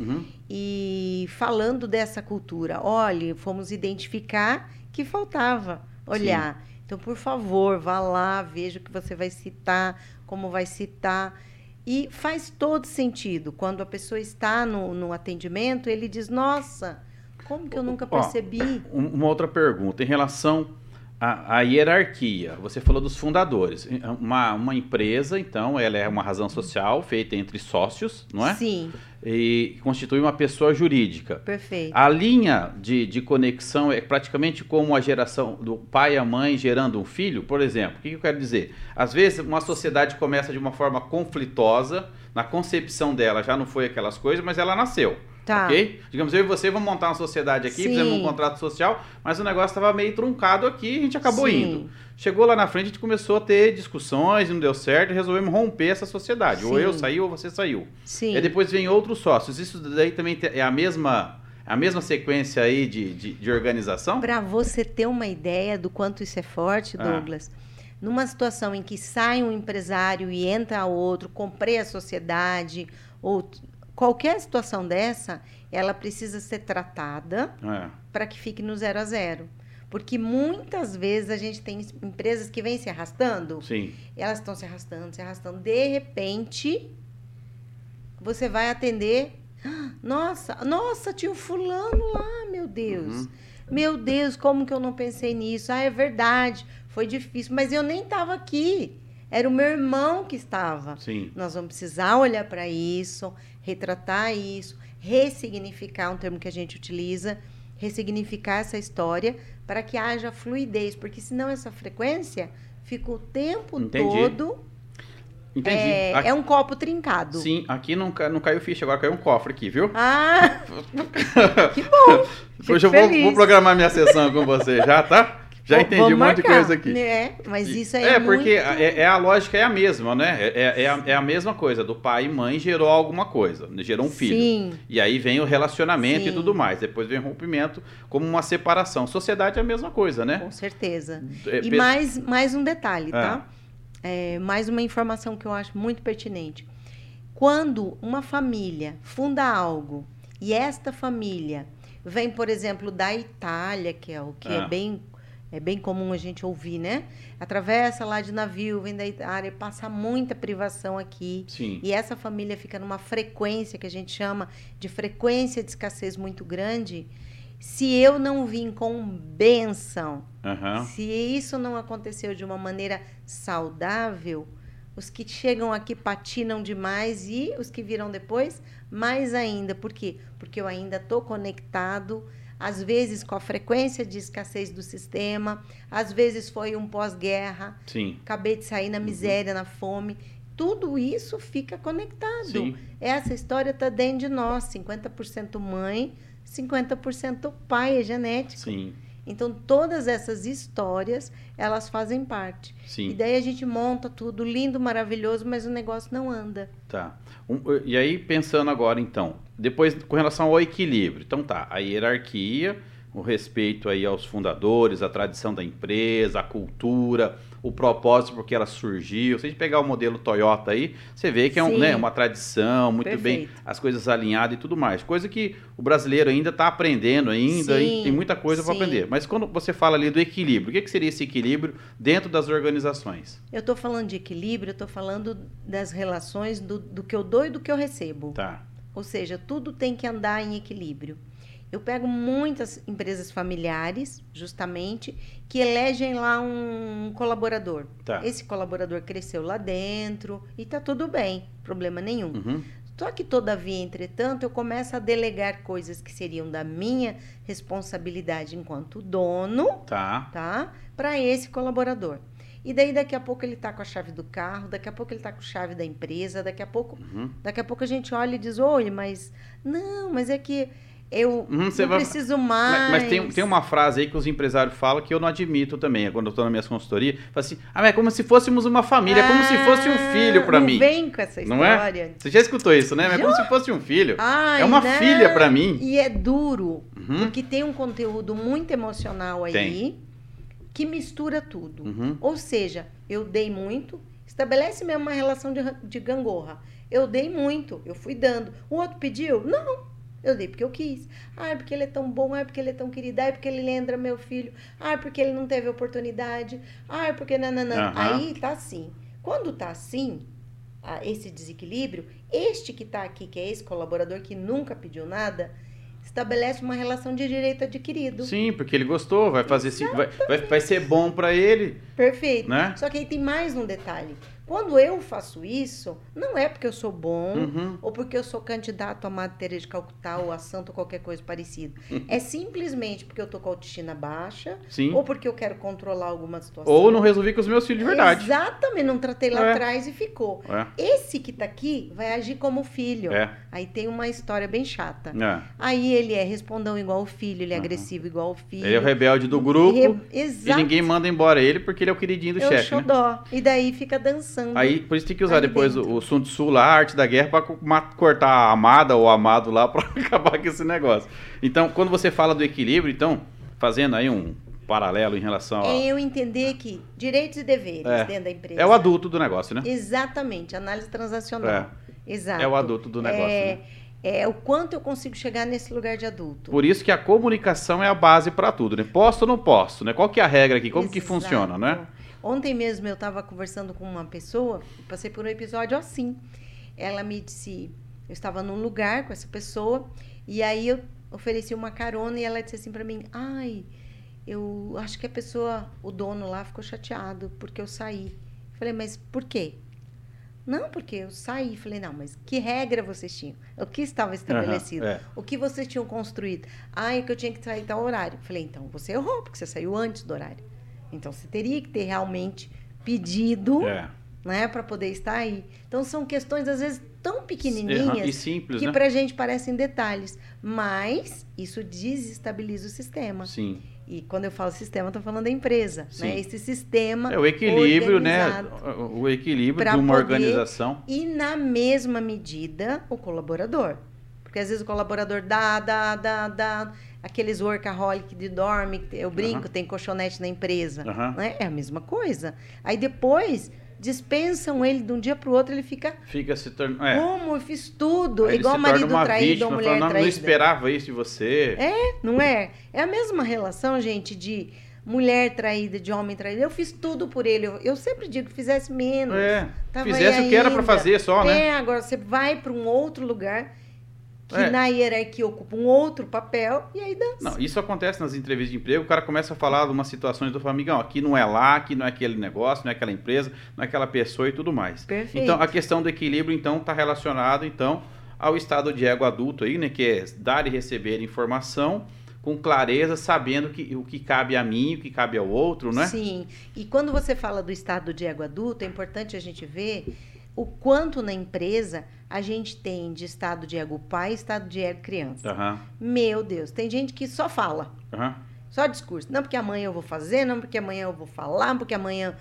e falando dessa cultura. Olha, fomos identificar que faltava olhar. Sim. Então, por favor, vá lá, veja o que você vai citar, como vai citar. E faz todo sentido. Quando a pessoa está no atendimento, ele diz, nossa, como que eu nunca percebi? Uma outra pergunta, em relação à hierarquia. Você falou dos fundadores. Uma empresa, então, ela é uma razão social feita entre sócios, não é? Sim. E constitui uma pessoa jurídica. Perfeito. A linha de conexão é praticamente como a geração do pai e a mãe gerando um filho, por exemplo. O que eu quero dizer? Às vezes uma sociedade começa de uma forma conflitosa, na concepção dela já não foi aquelas coisas, mas ela nasceu. Tá. Ok? Digamos, eu e você vamos montar uma sociedade aqui, fizemos um contrato social, mas o negócio estava meio truncado aqui e a gente acabou indo. Chegou lá na frente, a gente começou a ter discussões, não deu certo, e resolvemos romper essa sociedade. Sim. Ou eu saí ou você saiu. Sim. E depois vem outros sócios. Isso daí também é a mesma sequência aí de organização? Para você ter uma ideia do quanto isso é forte, Douglas, numa situação em que sai um empresário e entra outro, comprei a sociedade, ou qualquer situação dessa, ela precisa ser tratada para que fique no 0 a 0. Porque muitas vezes a gente tem empresas que vêm se arrastando. Sim. Elas estão se arrastando, se arrastando. De repente, você vai atender. Nossa, tinha o fulano lá, meu Deus. Meu Deus, como que eu não pensei nisso? É verdade, foi difícil, mas eu nem estava aqui. Era o meu irmão que estava. Sim. Nós vamos precisar olhar para isso, retratar isso, ressignificar, um termo que a gente utiliza, ressignificar essa história para que haja fluidez, porque senão essa frequência fica o tempo todo... Entendi. É um copo trincado. Sim, aqui não caiu ficha, agora caiu um cofre aqui, viu? Ah, que bom. Hoje eu vou programar minha sessão com você já, tá? Já entendi um monte de coisa aqui. Mas isso aí porque a lógica é a mesma, né? É a mesma coisa. Do pai e mãe gerou alguma coisa, gerou um filho. Sim. E aí vem o relacionamento Sim. e tudo mais. Depois vem o rompimento como uma separação. Sociedade é a mesma coisa, né? Com certeza. E mais um detalhe, tá? Mais uma informação que eu acho muito pertinente. Quando uma família funda algo e esta família vem, por exemplo, da Itália, que é o que é bem comum a gente ouvir, né? Atravessa lá de navio, vem da Itália, passa muita privação aqui. Sim. E essa família fica numa frequência que a gente chama de frequência de escassez muito grande. Se eu não vim com bênção, se isso não aconteceu de uma maneira saudável, os que chegam aqui patinam demais e os que virão depois, mais ainda. Por quê? Porque eu ainda estou conectado, às vezes com a frequência de escassez do sistema, às vezes foi um pós-guerra, acabei de sair na miséria, na fome. Tudo isso fica conectado. Sim. Essa história está dentro de nós, 50% mãe, 50% pai, é genético. Sim. Então, todas essas histórias, elas fazem parte. Sim. E daí a gente monta tudo lindo, maravilhoso, mas o negócio não anda. Tá. E aí, pensando agora, então, depois com relação ao equilíbrio. Então tá, a hierarquia, o respeito aí aos fundadores, a tradição da empresa, a cultura, o propósito porque ela surgiu. Se a gente pegar o modelo Toyota aí, você vê que é uma tradição, muito bem, as coisas alinhadas e tudo mais. Coisa que o brasileiro ainda está aprendendo ainda, e tem muita coisa para aprender. Mas quando você fala ali do equilíbrio, o que seria esse equilíbrio dentro das organizações? Eu estou falando de equilíbrio, eu estou falando das relações do que eu dou e do que eu recebo. Tá. Ou seja, tudo tem que andar em equilíbrio. Eu pego muitas empresas familiares, justamente, que elegem lá um colaborador. Tá. Esse colaborador cresceu lá dentro e está tudo bem, problema nenhum. Só que, todavia, entretanto, eu começo a delegar coisas que seriam da minha responsabilidade enquanto dono, tá, para esse colaborador. E daí, daqui a pouco, ele está com a chave do carro, daqui a pouco ele está com a chave da empresa, daqui a pouco a gente olha e diz, olha, mas é que eu não preciso mais. Mas tem uma frase aí que os empresários falam que eu não admito também, quando eu estou nas minhas consultorias, fala assim, é como se fôssemos uma família, é como se fosse um filho para mim. Não vem com essa história. Não é? Você já escutou isso, né? É como se fosse um filho. É uma filha para mim. E é duro, porque tem um conteúdo muito emocional aí, que mistura tudo. Ou seja, eu dei muito, estabelece mesmo uma relação de gangorra. Eu dei muito, eu fui dando. O outro pediu? Não. Eu dei porque eu quis. Porque ele é tão bom. Porque ele é tão querido. Porque ele lembra meu filho. Porque ele não teve oportunidade. Porque nananã. Aí tá assim. Quando tá assim, esse desequilíbrio, este que tá aqui, que é esse colaborador que nunca pediu nada, estabelece uma relação de direito adquirido. Sim, porque ele gostou, vai fazer vai ser bom para ele. Perfeito. Né? Só que aí tem mais um detalhe. Quando eu faço isso, não é porque eu sou bom ou porque eu sou candidato a Madre Teresa de Calcutá ou a santo ou qualquer coisa parecida. É simplesmente porque eu tô com a autoestima baixa ou porque eu quero controlar alguma situação. Ou não resolvi com os meus filhos de verdade. Exatamente, não tratei lá atrás e ficou. Esse que tá aqui vai agir como filho. Aí tem uma história bem chata. Aí ele é respondão igual o filho, ele é agressivo igual o filho. Ele é o rebelde do grupo e ninguém manda embora ele porque ele é o queridinho do chefe. É o xodó. E daí fica dançando. Aí, por isso tem que usar depois o Sun Tzu lá, a arte da guerra, para cortar a amada ou o amado lá, para acabar com esse negócio. Então, quando você fala do equilíbrio, então, fazendo aí um paralelo em relação a... eu entender que direitos e deveres dentro da empresa. É o adulto do negócio, né? Exatamente, análise transacional. Exato. É o adulto do negócio, né? É o quanto eu consigo chegar nesse lugar de adulto. Por isso que a comunicação é a base para tudo, né? Posso ou não posso, né? Qual que é a regra aqui? Como que funciona, né? Ontem mesmo eu estava conversando com uma pessoa, passei por um episódio assim. Ela me disse, eu estava num lugar com essa pessoa, e aí eu ofereci uma carona e ela disse assim para mim, eu acho que o dono lá ficou chateado porque eu saí. Falei, mas por quê? Não, porque eu saí. Falei, não, mas que regra vocês tinham? O que estava estabelecido? O que vocês tinham construído? É que eu tinha que sair tal horário. Falei, então você errou, porque você saiu antes do horário. Então, você teria que ter realmente pedido, né, para poder estar aí. Então, são questões, às vezes, tão pequenininhas e simples, que né? para a gente parecem detalhes. Mas isso desestabiliza o sistema. Sim. E quando eu falo sistema, eu estou falando da empresa. Né? Esse sistema. É o equilíbrio, né? O equilíbrio de uma organização. E na mesma medida, o colaborador. Porque às vezes o colaborador dá aqueles workaholic de dorme, eu brinco, tem colchonete na empresa. Né? É a mesma coisa. Aí depois dispensam ele de um dia para o outro, ele fica se tornando. Como eu fiz tudo, igual marido traído ou mulher traída. Não esperava isso de você. Não é? É a mesma relação, gente, de mulher traída, de homem traído. Eu fiz tudo por ele. Eu sempre digo que fizesse menos. Fizesse o que era para fazer só, né? Agora você vai para um outro lugar que na hierarquia ocupa um outro papel e aí dança. Não, isso acontece nas entrevistas de emprego, o cara começa a falar de umas situações do amigão, aqui não é lá, aqui não é aquele negócio, não é aquela empresa, não é aquela pessoa e tudo mais. Perfeito. Então, a questão do equilíbrio, então, está relacionado, então, ao estado de ego adulto aí, né, que é dar e receber informação com clareza, sabendo o que cabe a mim, o que cabe ao outro, né? Sim, e quando você fala do estado de ego adulto, é importante a gente ver o quanto na empresa a gente tem de estado de ego pai e estado de ego criança. Meu Deus, tem gente que só fala. Só discurso. Não porque amanhã eu vou fazer, não porque amanhã eu vou falar, porque amanhã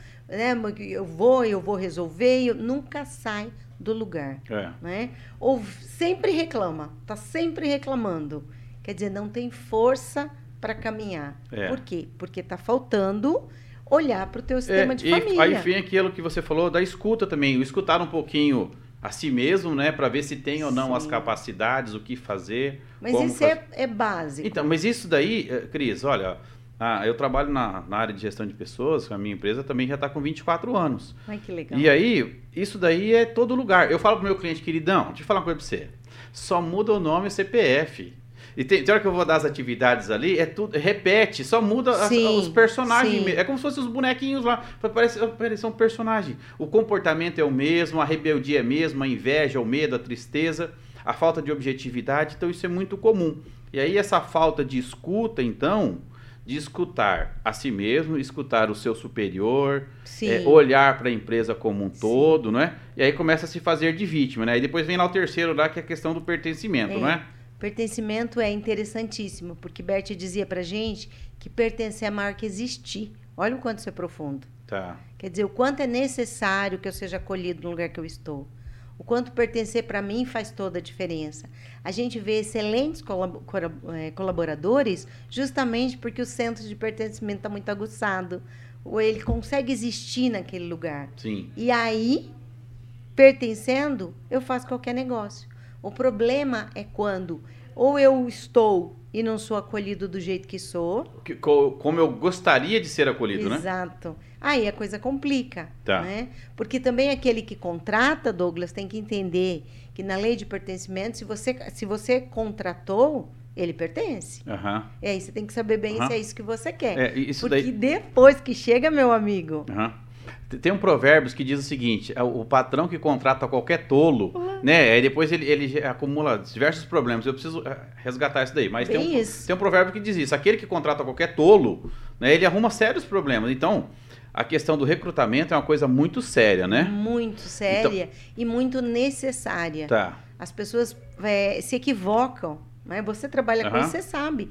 eu vou resolver. Eu nunca sai do lugar. Né? Ou sempre reclama, tá sempre reclamando. Quer dizer, não tem força para caminhar. Por quê? Porque tá faltando olhar para o teu sistema de família. Aí vem aquilo que você falou da escuta também, o escutar um pouquinho a si mesmo, né, para ver se tem ou não as capacidades, o que fazer. Mas isso é básico. Então, mas isso daí, Cris, olha, eu trabalho na área de gestão de pessoas, a minha empresa também já está com 24 anos. Ai, que legal. E aí, isso daí é todo lugar. Eu falo pro meu cliente, queridão, deixa eu falar uma coisa para você, só muda o nome e o CPF. E tem hora que eu vou dar as atividades ali, é tudo, repete, só muda os personagens. É como se fossem os bonequinhos lá. Parece um personagem. O comportamento é o mesmo, a rebeldia é a mesma, a inveja, o medo, a tristeza, a falta de objetividade. Então isso é muito comum. E aí essa falta de escuta, então, de escutar a si mesmo, escutar o seu superior, olhar para a empresa como um todo, né? E aí começa a se fazer de vítima, né? E depois vem lá o terceiro lá, que é a questão do pertencimento, não é? Pertencimento é interessantíssimo, porque Bert dizia pra gente que pertencer é maior que existir. Olha o quanto isso é profundo. Quer dizer, o quanto é necessário que eu seja acolhido no lugar que eu estou. O quanto pertencer para mim faz toda a diferença. A gente vê excelentes colaboradores justamente porque o centro de pertencimento está muito aguçado. Ou ele consegue existir naquele lugar. E aí, pertencendo, eu faço qualquer negócio. O problema é quando ou eu estou e não sou acolhido do jeito que sou. Como eu gostaria de ser acolhido, né? Exato. Aí a coisa complica. Né? Porque também aquele que contrata, Douglas, tem que entender que na lei de pertencimento, se você contratou, ele pertence. E aí você tem que saber bem se é isso que você quer. Porque depois que chega, meu amigo... Tem um provérbio que diz o seguinte, o patrão que contrata qualquer tolo, né? Aí depois ele acumula diversos problemas. Eu preciso resgatar isso daí. Mas tem um provérbio que diz isso. Aquele que contrata qualquer tolo, né, ele arruma sérios problemas. Então, a questão do recrutamento é uma coisa muito séria, né? Muito séria e muito necessária. As pessoas se equivocam. Né? Você trabalha com isso, você sabe.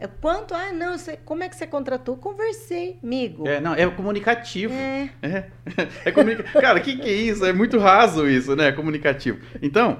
Como é que você contratou? Conversei, amigo. É comunicativo. Cara, que é isso? É muito raso isso, né? Comunicativo. Então,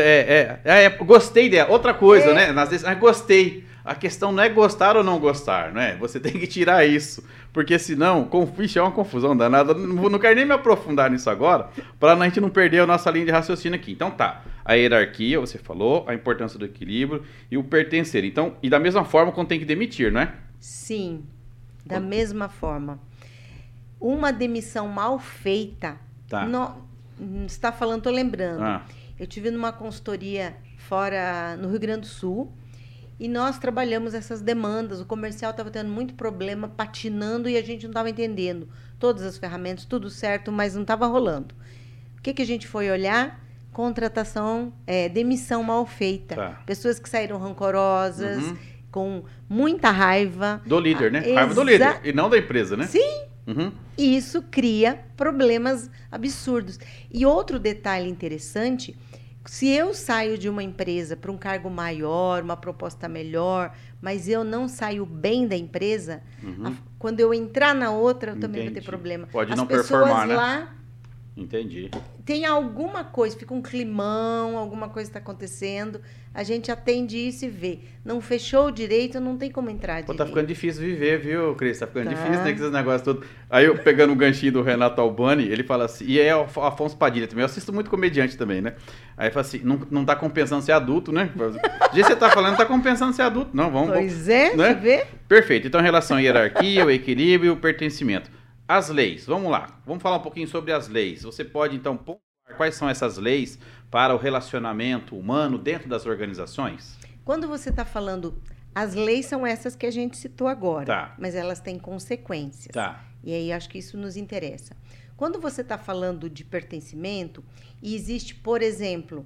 gostei dela. Outra coisa, né? Às vezes, gostei. A questão não é gostar ou não gostar, né? Você tem que tirar isso. Porque senão, é uma confusão danada. Não quero nem me aprofundar nisso agora, para a gente não perder a nossa linha de raciocínio aqui. Então a hierarquia, você falou, a importância do equilíbrio e o pertencer. Então, e da mesma forma quando tem que demitir, não é? Sim, da mesma forma. Uma demissão mal feita, você está falando, estou lembrando. Eu tive numa consultoria no Rio Grande do Sul, e nós trabalhamos essas demandas. O comercial estava tendo muito problema, patinando, e a gente não estava entendendo. Todas as ferramentas, tudo certo, mas não estava rolando. O que a gente foi olhar? Contratação, demissão mal feita. Pessoas que saíram rancorosas, com muita raiva. Do líder, né? Raiva do líder, e não da empresa, né? Sim. E isso cria problemas absurdos. E outro detalhe interessante... Se eu saio de uma empresa para um cargo maior, uma proposta melhor, mas eu não saio bem da empresa, quando eu entrar na outra, eu também vou ter Entendi. problema. Pode As não pessoas performar, né? lá Entendi. tem alguma coisa, fica um climão, alguma coisa está acontecendo, a gente atende isso e vê. Não fechou direito, não tem como entrar Pô, direito. tá ficando difícil viver, viu, Cris? Tá ficando Tá. difícil, né, com esses negócios todos. Aí eu, pegando o ganchinho do Renato Albani, ele fala assim, e é o Afonso Padilha também, eu assisto muito comediante também, né? Aí fala assim, não tá compensando ser adulto, né? Do jeito que você tá falando, não tá compensando ser adulto. Não, vamos... Pois é, né? você vê? Perfeito. Então, em relação à hierarquia, o equilíbrio e o pertencimento. As leis, vamos lá. Vamos falar um pouquinho sobre as leis. Você pode, então, pontuar quais são essas leis para o relacionamento humano dentro das organizações? Quando você está falando, as leis são essas que a gente citou agora, Tá. mas elas têm consequências. Tá. E aí acho que isso nos interessa. Quando você está falando de pertencimento, e existe, por exemplo,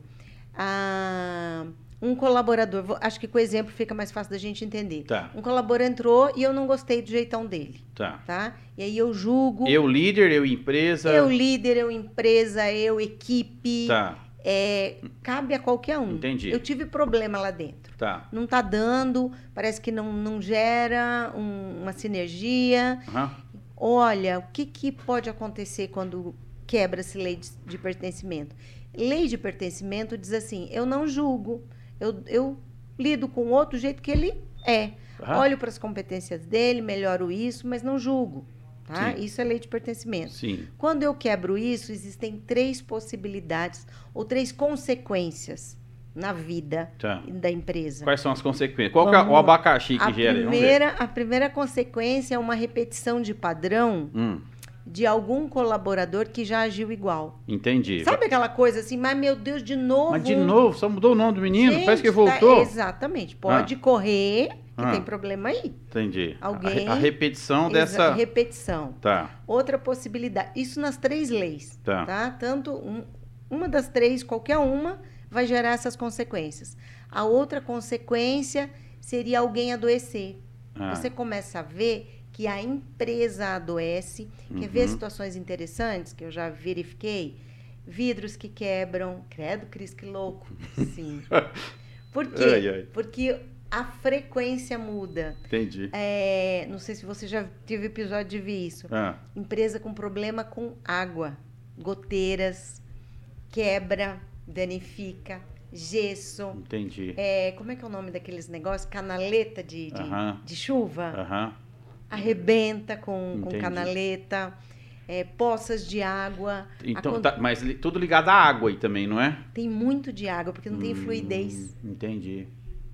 um colaborador, acho que com o exemplo fica mais fácil da gente entender. Tá. Um colaborador entrou e eu não gostei do jeitão dele, Tá. tá? E aí eu julgo. Eu líder, eu empresa. Eu líder, eu empresa, eu equipe. Tá. Cabe a qualquer um. Entendi. Eu tive problema lá dentro. Tá. Não está dando, parece que não gera uma sinergia. Aham. Olha, o que pode acontecer quando quebra-se lei de pertencimento? Lei de pertencimento diz assim, eu não julgo, eu lido com o outro do jeito que ele é. Aham. Olho para as competências dele, melhoro isso, mas não julgo. Tá? Sim. Isso é lei de pertencimento. Sim. Quando eu quebro isso, existem 3 possibilidades ou 3 consequências na vida Tá. da empresa. Quais são as consequências? Qual que é o abacaxi que gera? Vamos ver. A primeira consequência é uma repetição de padrão de algum colaborador que já agiu igual. Entendi. Sabe aquela coisa assim, mas meu Deus, de novo? Mas de novo, só mudou o nome do menino, Gente, parece que voltou. Exatamente. Pode correr, que tem problema aí. Entendi. Alguém... A repetição dessa... Repetição. Tá. Outra possibilidade. Isso nas 3 leis. Tá. Tanto uma das 3, qualquer uma, vai gerar essas consequências. A outra consequência seria alguém adoecer. Você começa a ver que a empresa adoece. Quer ver situações interessantes que eu já verifiquei? Vidros que quebram. Credo, Cris, que louco. Sim. Por quê? Ai. Porque a frequência muda. Entendi. Não sei se você já teve episódio de ver isso. Empresa com problema com água. Goteiras, quebra, danifica, gesso. Entendi. Como é que é o nome daqueles negócios? Canaleta de chuva. Aham. Arrebenta com Entendi. canaleta. Poças de água. Então, mas tudo ligado à água aí também, não é? Tem muito de água, porque não tem fluidez. Entendi.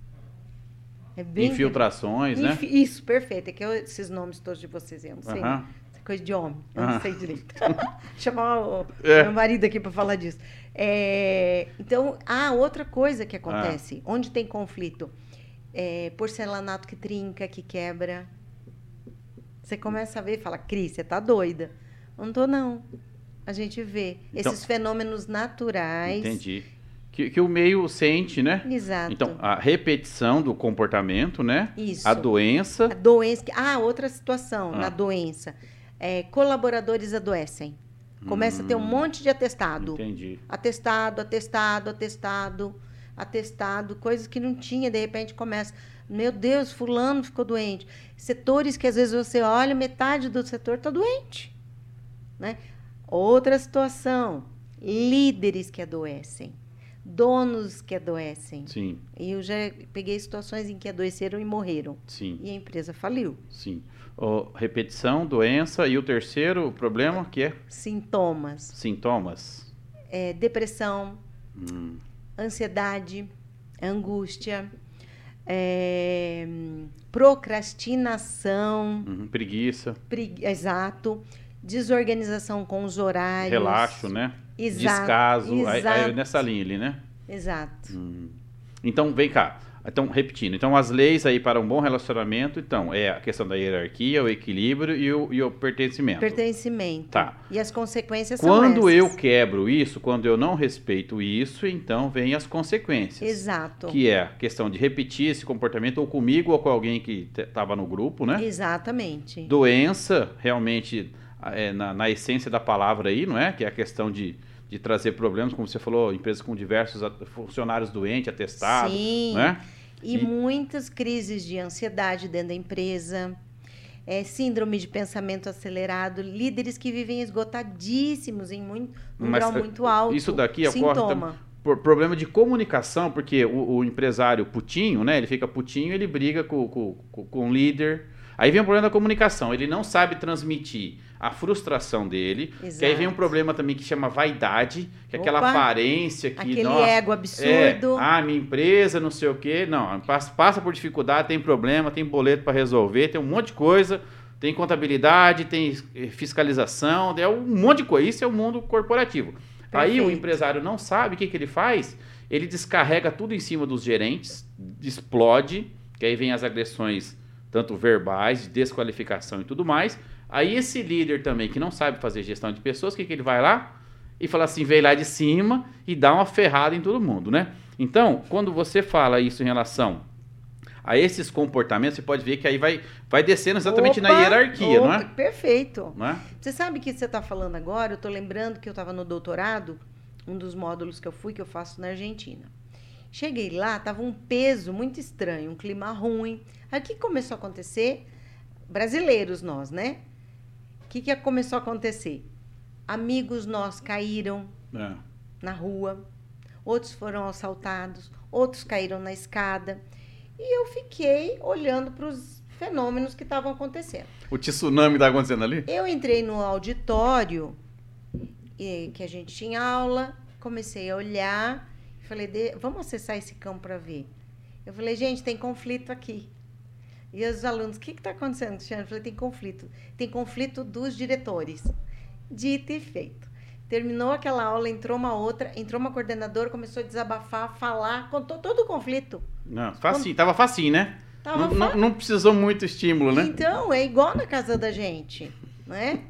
É bem Infiltrações, né? Isso, perfeito. É que esses nomes todos de vocês, eu não sei. Aham. Essa coisa de homem, eu não sei direito. Chamar o meu marido aqui para falar disso. Então, outra coisa que acontece, onde tem conflito, porcelanato que trinca, que quebra. Você começa a ver e fala, Cris, você tá doida. Não tô, não. A gente vê esses fenômenos naturais. Entendi. Que o meio sente, né? Exato. Então, a repetição do comportamento, né? Isso. A doença. A doença. Outra situação na doença. Colaboradores adoecem. Começa a ter um monte de atestado. Entendi. Atestado, coisas que não tinha, de repente começa. Meu Deus, fulano ficou doente. Setores que às vezes você olha, metade do setor está doente. Né? Outra situação, líderes que adoecem, donos que adoecem. Sim. E eu já peguei situações em que adoeceram e morreram. Sim. E a empresa faliu. Sim. Repetição, doença e o terceiro problema que é? Sintomas. Depressão, ansiedade, angústia, procrastinação. Preguiça. Exato. Desorganização com os horários. Relaxo, né? Exato. Descaso. Exato. Aí nessa linha ali, né? Exato. Então, vem cá. Então, repetindo. Então, as leis aí para um bom relacionamento, então, é a questão da hierarquia, o equilíbrio e o pertencimento. Pertencimento. Tá. E as consequências são Quando eu essas. quebro isso, quando eu não respeito isso, então vem as consequências. Exato. Que é a questão de repetir esse comportamento ou comigo ou com alguém que estava no grupo, né? Exatamente. Doença, realmente, na essência da palavra aí, não é? Que é a questão de trazer problemas, como você falou, empresas com diversos funcionários doentes, atestados, Sim. né? E muitas crises de ansiedade dentro da empresa, síndrome de pensamento acelerado, líderes que vivem esgotadíssimos em um grau muito alto. Isso daqui ocorre por problema de comunicação, porque o empresário putinho, né? Ele fica putinho, ele briga com o líder. Aí vem o problema da comunicação, ele não sabe transmitir a frustração dele. Exato. Que aí vem um problema também que chama vaidade, que é aquela aparência que... Aquele ego absurdo. Minha empresa, não sei o quê. Não, passa por dificuldade, tem problema, tem boleto para resolver, tem um monte de coisa, tem contabilidade, tem fiscalização, é um monte de coisa. Isso é o mundo corporativo. Perfeito. Aí o empresário não sabe o que ele faz, ele descarrega tudo em cima dos gerentes, explode, que aí vem as agressões tanto verbais, de desqualificação e tudo mais. Aí esse líder também, que não sabe fazer gestão de pessoas, o que ele vai lá? E fala assim, vem lá de cima e dá uma ferrada em todo mundo, né? Então, quando você fala isso em relação a esses comportamentos, você pode ver que aí vai descendo exatamente na hierarquia, não é? Perfeito. Não é? Você sabe que você está falando agora, eu estou lembrando que eu estava no doutorado, um dos módulos que eu faço na Argentina. Cheguei lá, tava um peso muito estranho, um clima ruim. Aí o que começou a acontecer? Brasileiros nós, né? O que começou a acontecer? Amigos nossos caíram na rua, outros foram assaltados, outros caíram na escada. E eu fiquei olhando para os fenômenos que estavam acontecendo. O tsunami está acontecendo ali? Eu entrei no auditório, que a gente tinha aula, comecei a olhar... Falei, vamos acessar esse campo para ver. Eu falei, gente, tem conflito aqui. E os alunos, o que está acontecendo, Cristiano? Eu falei, tem conflito. Tem conflito dos diretores. Dito e feito. Terminou aquela aula, entrou uma coordenadora, começou a desabafar, falar, contou todo o conflito. Não, facinho, tava facinho, né? Não precisou muito estímulo, né? Então, é igual na casa da gente, né?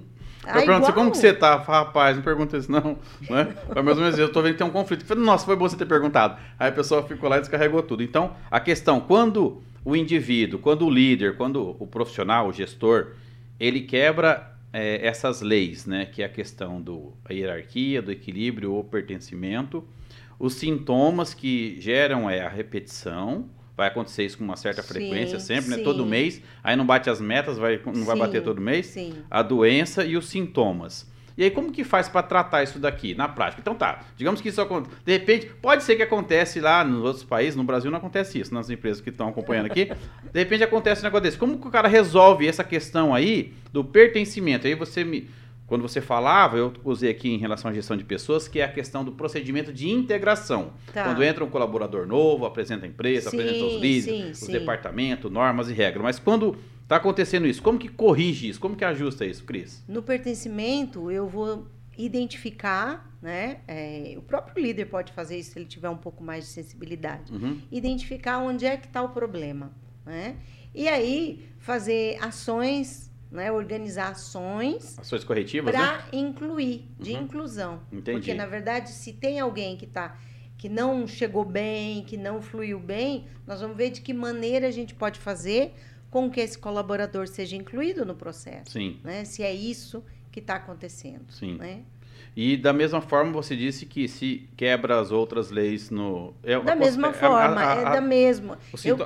Eu pergunto, como que você tá? Rapaz, não pergunta isso não, né? Foi mais ou menos isso, eu tô vendo que tem um conflito. Eu falei, nossa, foi bom você ter perguntado. Aí a pessoa ficou lá e descarregou tudo. Então, a questão, quando o indivíduo, quando o líder, quando o profissional, o gestor, ele quebra essas leis, né? Que é a questão da hierarquia, do equilíbrio ou pertencimento, os sintomas que geram a repetição. Vai acontecer isso com uma certa frequência sempre, né? Todo mês. Aí não bate as metas, não vai bater todo mês. Sim. A doença e os sintomas. E aí como que faz para tratar isso daqui na prática? Então tá, digamos que isso acontece. De repente, pode ser que acontece lá nos outros países, no Brasil não acontece isso, nas empresas que estão acompanhando aqui. De repente acontece um negócio desse. Como que o cara resolve essa questão aí do pertencimento? Aí quando você falava, eu usei aqui em relação à gestão de pessoas, que é a questão do procedimento de integração. Tá. Quando entra um colaborador novo, apresenta a empresa, apresenta os líderes, os departamentos, normas e regras. Mas quando está acontecendo isso, como que corrige isso? Como que ajusta isso, Cris? No pertencimento, eu vou identificar, né? O próprio líder pode fazer isso se ele tiver um pouco mais de sensibilidade. Identificar onde é que está o problema, né? E aí, fazer ações... Né, organizar ações corretivas para incluir, de inclusão. Entendi. Porque, na verdade, se tem alguém que não chegou bem, que não fluiu bem, nós vamos ver de que maneira a gente pode fazer com que esse colaborador seja incluído no processo. Sim. Né, se é isso que está acontecendo. Sim. Né? E da mesma forma você disse que se quebra as outras leis no... Da mesma forma, da mesma.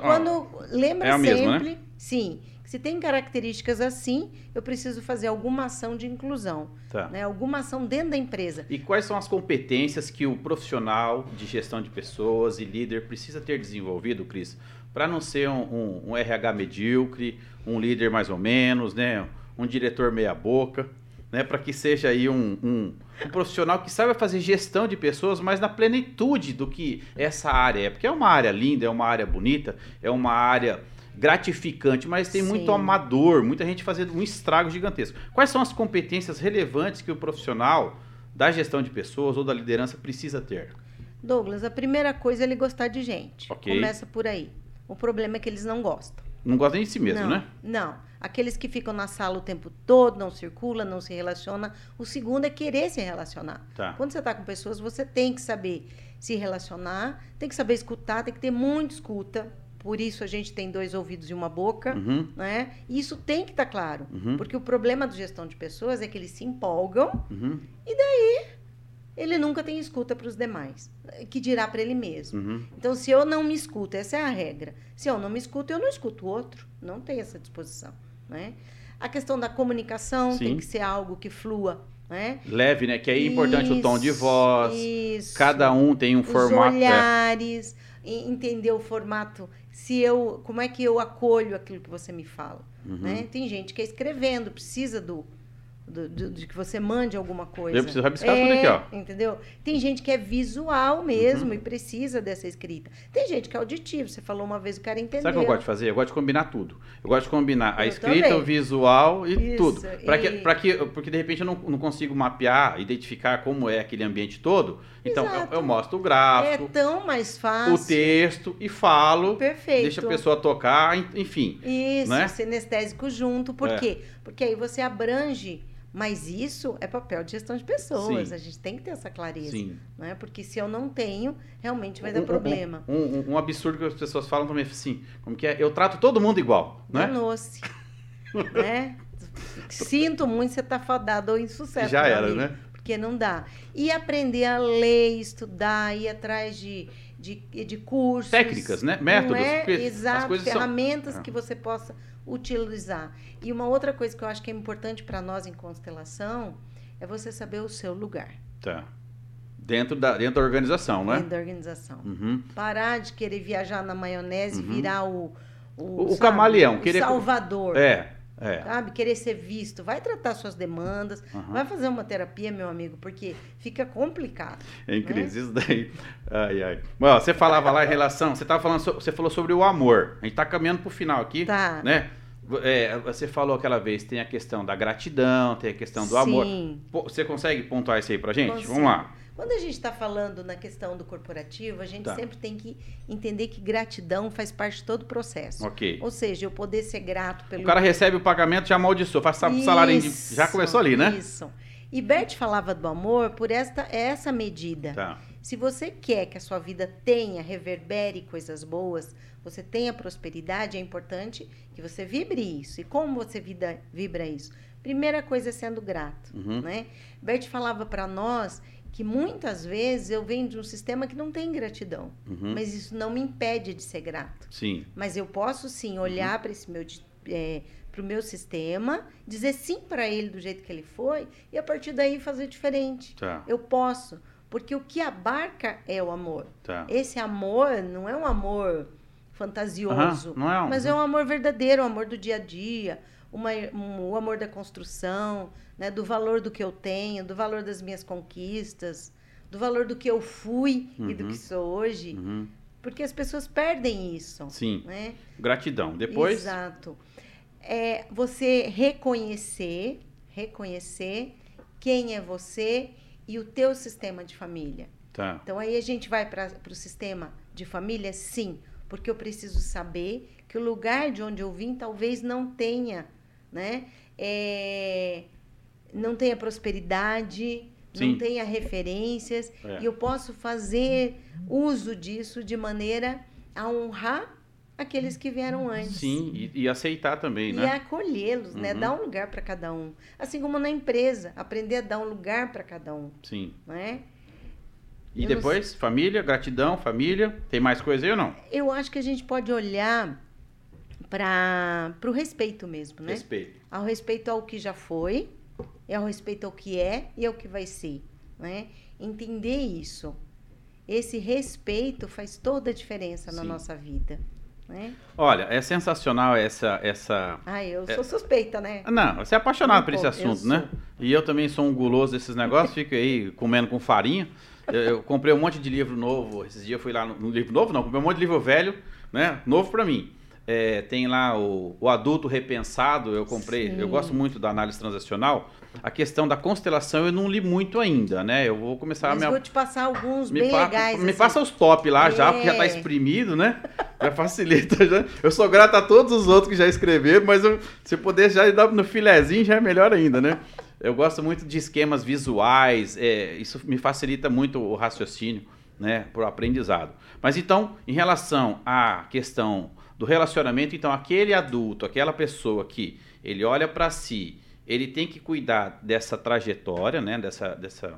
Lembra sempre, mesmo, né? Sim, se tem características assim, eu preciso fazer alguma ação de inclusão, né? Alguma ação dentro da empresa. E quais são as competências que o profissional de gestão de pessoas e líder precisa ter desenvolvido, Cris, para não ser um RH medíocre, um líder mais ou menos, né? Um diretor meia boca, né? Para que seja aí um profissional que saiba fazer gestão de pessoas, mas na plenitude do que essa área é. Porque é uma área linda, é uma área bonita, é uma área... gratificante, mas tem muito amador, muita gente fazendo um estrago gigantesco. Quais são as competências relevantes que o profissional da gestão de pessoas ou da liderança precisa ter? Douglas, a primeira coisa é ele gostar de gente. Okay. Começa por aí. O problema é que eles não gostam. Não gostam nem de si mesmo, né? Não. Aqueles que ficam na sala o tempo todo, não circula, não se relaciona. O segundo é querer se relacionar. Tá. Quando você está com pessoas, você tem que saber se relacionar, tem que saber escutar, tem que ter muita escuta. Por isso a gente tem 2 ouvidos e uma boca, né? E isso tem que estar claro. Porque o problema da gestão de pessoas é que eles se empolgam e daí ele nunca tem escuta para os demais, que dirá para ele mesmo. Uhum. Então, se eu não me escuto, essa é a regra. Se eu não me escuto, eu não escuto o outro. Não tem essa disposição, né? A questão da comunicação tem que ser algo que flua, né? Leve, né? Que é importante o tom de voz. Isso. Cada um tem um formato. Os olhares, entender o formato. Como é que eu acolho aquilo que você me fala, né? Tem gente que é escrevendo, precisa de que você mande alguma coisa. Eu preciso rabiscar tudo aqui, ó. Entendeu? Tem gente que é visual mesmo e precisa dessa escrita. Tem gente que é auditivo. Você falou uma vez, o cara entendeu. Sabe o que eu gosto de fazer? Eu gosto de combinar tudo. Eu gosto de combinar a escrita, também. O visual e tudo. Porque de repente eu não consigo mapear, identificar como é aquele ambiente todo. Então eu mostro o gráfico. É tão mais fácil. O texto e falo. Perfeito. Deixa a pessoa tocar, enfim. Isso, né? Sinestésico junto. Por quê? Porque aí você abrange. Mas isso é papel de gestão de pessoas. Sim. A gente tem que ter essa clareza. Sim. Né? Porque se eu não tenho, realmente vai dar problema. Um absurdo que as pessoas falam também assim, como que é? Eu trato todo mundo igual. Né? Danou-se. né? Sinto muito, você está fadado ao insucesso. Já era, amigo, né? Porque não dá. E aprender a ler, estudar, ir atrás de cursos. Técnicas, né? Métodos. Exato, ferramentas que você possa utilizar. E uma outra coisa que eu acho que é importante para nós em constelação é você saber o seu lugar. Tá. Dentro da organização, né? Dentro da organização. Parar de querer viajar na maionese e virar o camaleão. O salvador. É. Sabe? Querer ser visto. Vai tratar suas demandas. Vai fazer uma terapia, meu amigo, porque fica complicado. É incrível, né? Isso daí. Ai. Bom, você falava lá em relação... Você falou sobre o amor. A gente tá caminhando pro final aqui. Tá. Né? Você falou aquela vez, tem a questão da gratidão, tem a questão do amor. Você consegue pontuar isso aí pra gente? Consigo. Vamos lá. Quando a gente está falando na questão do corporativo, a gente sempre tem que entender que gratidão faz parte de todo o processo. Ok. Ou seja, eu poder ser grato pelo... O cara recebe o pagamento, já amaldiçoa, faz salário de... Já começou ali, né? Isso. E Bert falava do amor por essa medida. Tá. Se você quer que a sua vida reverbere coisas boas, você tenha prosperidade, é importante que você vibre isso. E como você vibra isso? Primeira coisa é sendo grato, né? Bert falava para nós que muitas vezes eu venho de um sistema que não tem gratidão, mas isso não me impede de ser grato. Sim. Mas eu posso sim olhar para o meu sistema, dizer sim para ele do jeito que ele foi e a partir daí fazer diferente. Tá. Eu posso, porque o que abarca é o amor. Tá. Esse amor não é um amor fantasioso, não é mas é um amor verdadeiro, o amor do dia a dia, o amor da construção, né, do valor do que eu tenho, do valor das minhas conquistas, do valor do que eu fui e do que sou hoje. Porque as pessoas perdem isso. Sim. Né? Gratidão. Depois? Exato. Você reconhecer quem é você e o teu sistema de família. Tá. Então, aí a gente vai para o sistema de família, sim, porque eu preciso saber que o lugar de onde eu vim talvez não tenha, né? Não tenha prosperidade, não tenha referências, e eu posso fazer uso disso de maneira a honrar aqueles que vieram antes. Sim, e aceitar também, né? E acolhê-los, né? Dar um lugar para cada um. Assim como na empresa, aprender a dar um lugar para cada um. Sim. Né? E depois, família, gratidão, família. Tem mais coisa aí ou não? Eu acho que a gente pode olhar para o respeito mesmo, né? Respeito. Ao respeito ao que já foi, ao respeito ao que é e ao que vai ser, né? Entender isso. Esse respeito faz toda a diferença na nossa vida, né? Olha, é sensacional essa... Eu sou suspeita, né? Não, você é apaixonado por esse assunto, né? E eu também sou um guloso desses negócios, fico aí comendo com farinha. Eu comprei um monte de livro novo, esses dias eu fui lá no livro novo, não, comprei um monte de livro velho, né? Novo pra mim. Tem lá o Adulto Repensado, eu comprei, eu gosto muito da análise transacional. A questão da constelação eu não li muito ainda, né? Eu vou começar Mas vou te passar alguns bem legais. Me passa os top lá já, porque já tá exprimido, né? Já facilita. Já. Eu sou grato a todos os outros que já escreveram, mas se eu puder já dar no filezinho já é melhor ainda, né? Eu gosto muito de esquemas visuais, isso me facilita muito o raciocínio, né? Pro aprendizado. Mas então, em relação à questão do relacionamento, então aquele adulto, aquela pessoa que ele olha para si, ele tem que cuidar dessa trajetória, né,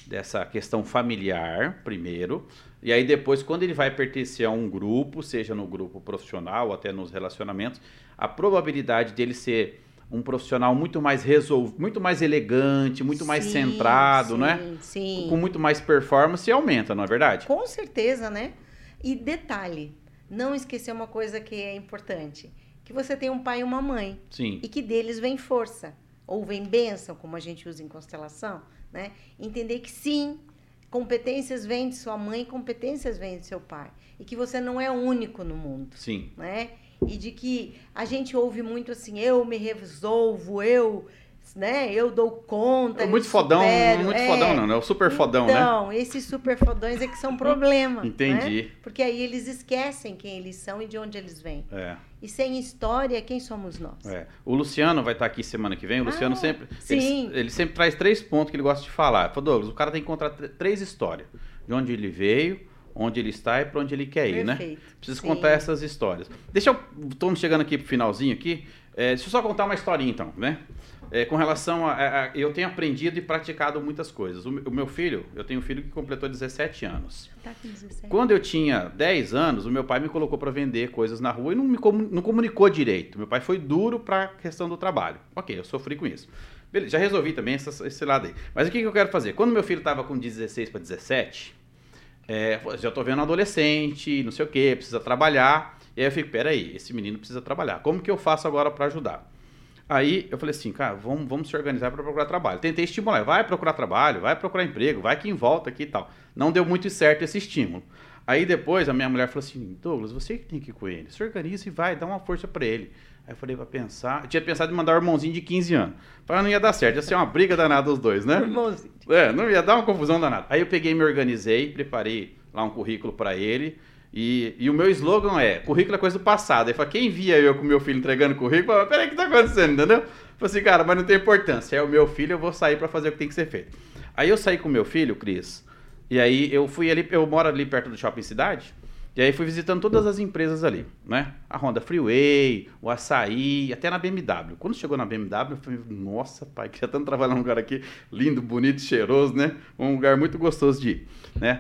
dessa questão familiar, primeiro, e aí depois, quando ele vai pertencer a um grupo, seja no grupo profissional ou até nos relacionamentos, a probabilidade dele ser um profissional muito mais muito mais elegante, muito mais centrado, né? Sim. Com muito mais performance aumenta, não é verdade? Com certeza, né? E detalhe, não esquecer uma coisa que é importante, que você tem um pai e uma mãe. Sim. E que deles vem força, ou vem bênção, como a gente usa em constelação, né? Entender que sim, competências vêm de sua mãe, competências vêm de seu pai. E que você não é único no mundo. Sim. Né? E de que a gente ouve muito assim, eu me resolvo, eu dou conta. É muito fodão, muito fodão não, é o super fodão, né? Então, esses super fodões é que são problema. Entendi. Né? Porque aí eles esquecem quem eles são e de onde eles vêm. E sem história, quem somos nós? O Luciano vai estar aqui semana que vem. O Luciano sempre, sim. Ele sempre traz 3 pontos que ele gosta de falar. Ele falou, Douglas, o cara tem que encontrar 3 histórias. De onde ele veio, onde ele está e para onde ele quer ir, Perfeito. Né? Precisa contar essas histórias. Estamos chegando aqui pro finalzinho aqui. Deixa eu só contar uma historinha então, né? Com relação eu tenho aprendido e praticado muitas coisas. O meu filho, eu tenho um filho que completou 17 anos. Tá com 17. Quando eu tinha 10 anos, o meu pai me colocou para vender coisas na rua e não comunicou direito. Meu pai foi duro para a questão do trabalho. Ok, eu sofri com isso. Beleza, já resolvi também esse lado aí. Mas o que eu quero fazer? Quando meu filho estava com 16 para 17, já estou vendo um adolescente, não sei o que, precisa trabalhar. E aí eu fico, peraí, esse menino precisa trabalhar. Como que eu faço agora para ajudar? Aí eu falei assim, cara, vamos se organizar para procurar trabalho. Tentei estimular, vai procurar trabalho, vai procurar emprego, vai que em volta aqui e tal. Não deu muito certo esse estímulo. Aí depois a minha mulher falou assim, Douglas, você que tem que ir com ele, se organiza e vai, dá uma força para ele. Aí eu falei, vai pensar, eu tinha pensado em mandar o irmãozinho de 15 anos. Falei, não ia dar certo, ia ser uma briga danada os dois, né? Irmãozinho. Não ia dar uma confusão danada. Aí eu peguei, me organizei, preparei lá um currículo para ele. E o meu slogan é, currículo é coisa do passado. Aí fala, quem via eu com meu filho entregando currículo, fala, peraí, o que tá acontecendo, entendeu? Falei assim, cara, mas não tem importância, é o meu filho, eu vou sair para fazer o que tem que ser feito. Aí eu saí com o meu filho, Cris, e aí eu fui ali, eu moro ali perto do Shopping Cidade, e aí fui visitando todas as empresas ali, né? A Honda Freeway, o Açaí, até na BMW. Quando chegou na BMW, eu falei, nossa, pai, queria tanto trabalhar num lugar aqui lindo, bonito, cheiroso, né? Um lugar muito gostoso de ir, né?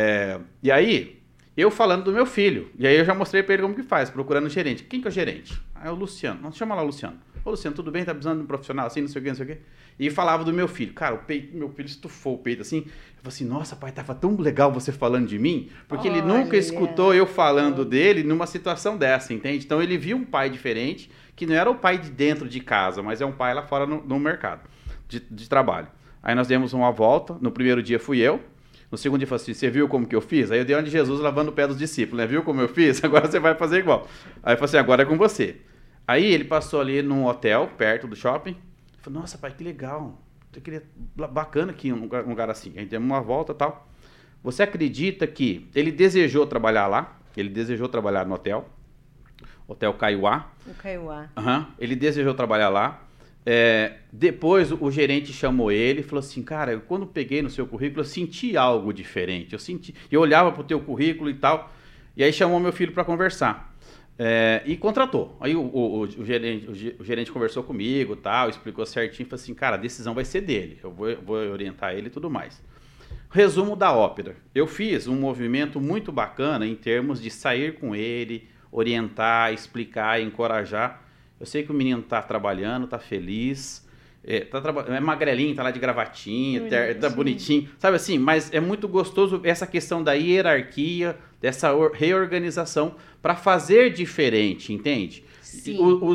E aí, eu falando do meu filho, e aí eu já mostrei pra ele como que faz, procurando o gerente. Quem que é o gerente? É o Luciano. Não, chama lá o Luciano. Ô, Luciano, tudo bem? Tá precisando de um profissional assim, não sei o quê, não sei o quê. E falava do meu filho. Cara, meu filho estufou o peito assim. Eu falei assim, nossa, pai, tava tão legal você falando de mim, porque ele nunca escutou eu falando dele numa situação dessa, entende? Então ele viu um pai diferente, que não era o pai de dentro de casa, mas é um pai lá fora no mercado de trabalho. Aí nós demos uma volta. No primeiro dia fui eu. No segundo dia, eu falei assim, você viu como que eu fiz? Aí eu dei uma de Jesus lavando o pé dos discípulos, né? Viu como eu fiz? Agora você vai fazer igual. Aí eu falei assim, agora é com você. Aí ele passou ali num hotel, perto do shopping. Eu falei, nossa, pai, que legal. Eu queria, bacana aqui, um lugar assim. A gente deu uma volta e tal. Você acredita que ele desejou trabalhar lá? Ele desejou trabalhar no hotel. Hotel Caiuá. O Caiuá. Ele desejou trabalhar lá. Depois o gerente chamou ele e falou assim, cara, quando peguei no seu currículo eu senti algo diferente, eu olhava pro teu currículo e tal, e aí chamou meu filho para conversar, e contratou. Aí o gerente conversou comigo, tal, explicou certinho, falou assim, cara, a decisão vai ser dele, eu vou orientar ele e tudo mais. Resumo da ópera, eu fiz um movimento muito bacana em termos de sair com ele, orientar, explicar, encorajar. Eu sei que o menino tá trabalhando, tá feliz, é magrelinho, tá lá de gravatinha, tá bonitinho, sabe assim? Mas é muito gostoso essa questão da hierarquia, dessa reorganização para fazer diferente, entende? Sim.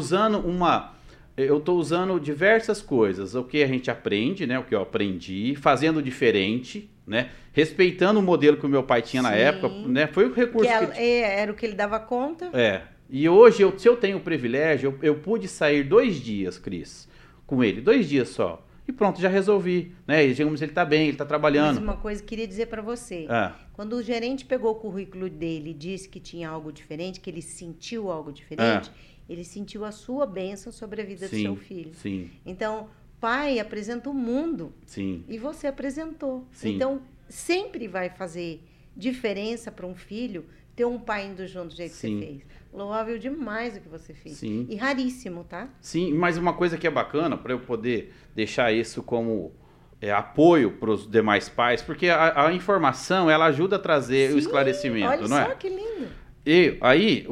Eu tô usando diversas coisas, o que a gente aprende, né? O que eu aprendi, fazendo diferente, né? Respeitando o modelo que o meu pai tinha na época, né? Foi o recurso era o que ele dava conta. E hoje, se eu tenho o privilégio, eu pude sair 2 dias, Cris, com ele, 2 dias só. E pronto, já resolvi, né? E digamos, ele tá bem, ele tá trabalhando. Mas uma coisa que eu queria dizer para você. Quando o gerente pegou o currículo dele e disse que tinha algo diferente, que ele sentiu algo diferente, ele sentiu a sua bênção sobre a vida do seu filho. Sim. Então, pai apresenta o mundo. Sim. E você apresentou. Sim. Então, sempre vai fazer diferença para um filho ter um pai indo junto do jeito que você fez. Louvável demais o que você fez. Sim. E raríssimo, tá? Sim, mas uma coisa que é bacana, para eu poder deixar isso como apoio para os demais pais, porque a informação, ela ajuda a trazer o esclarecimento, não é? Olha só que lindo. E aí,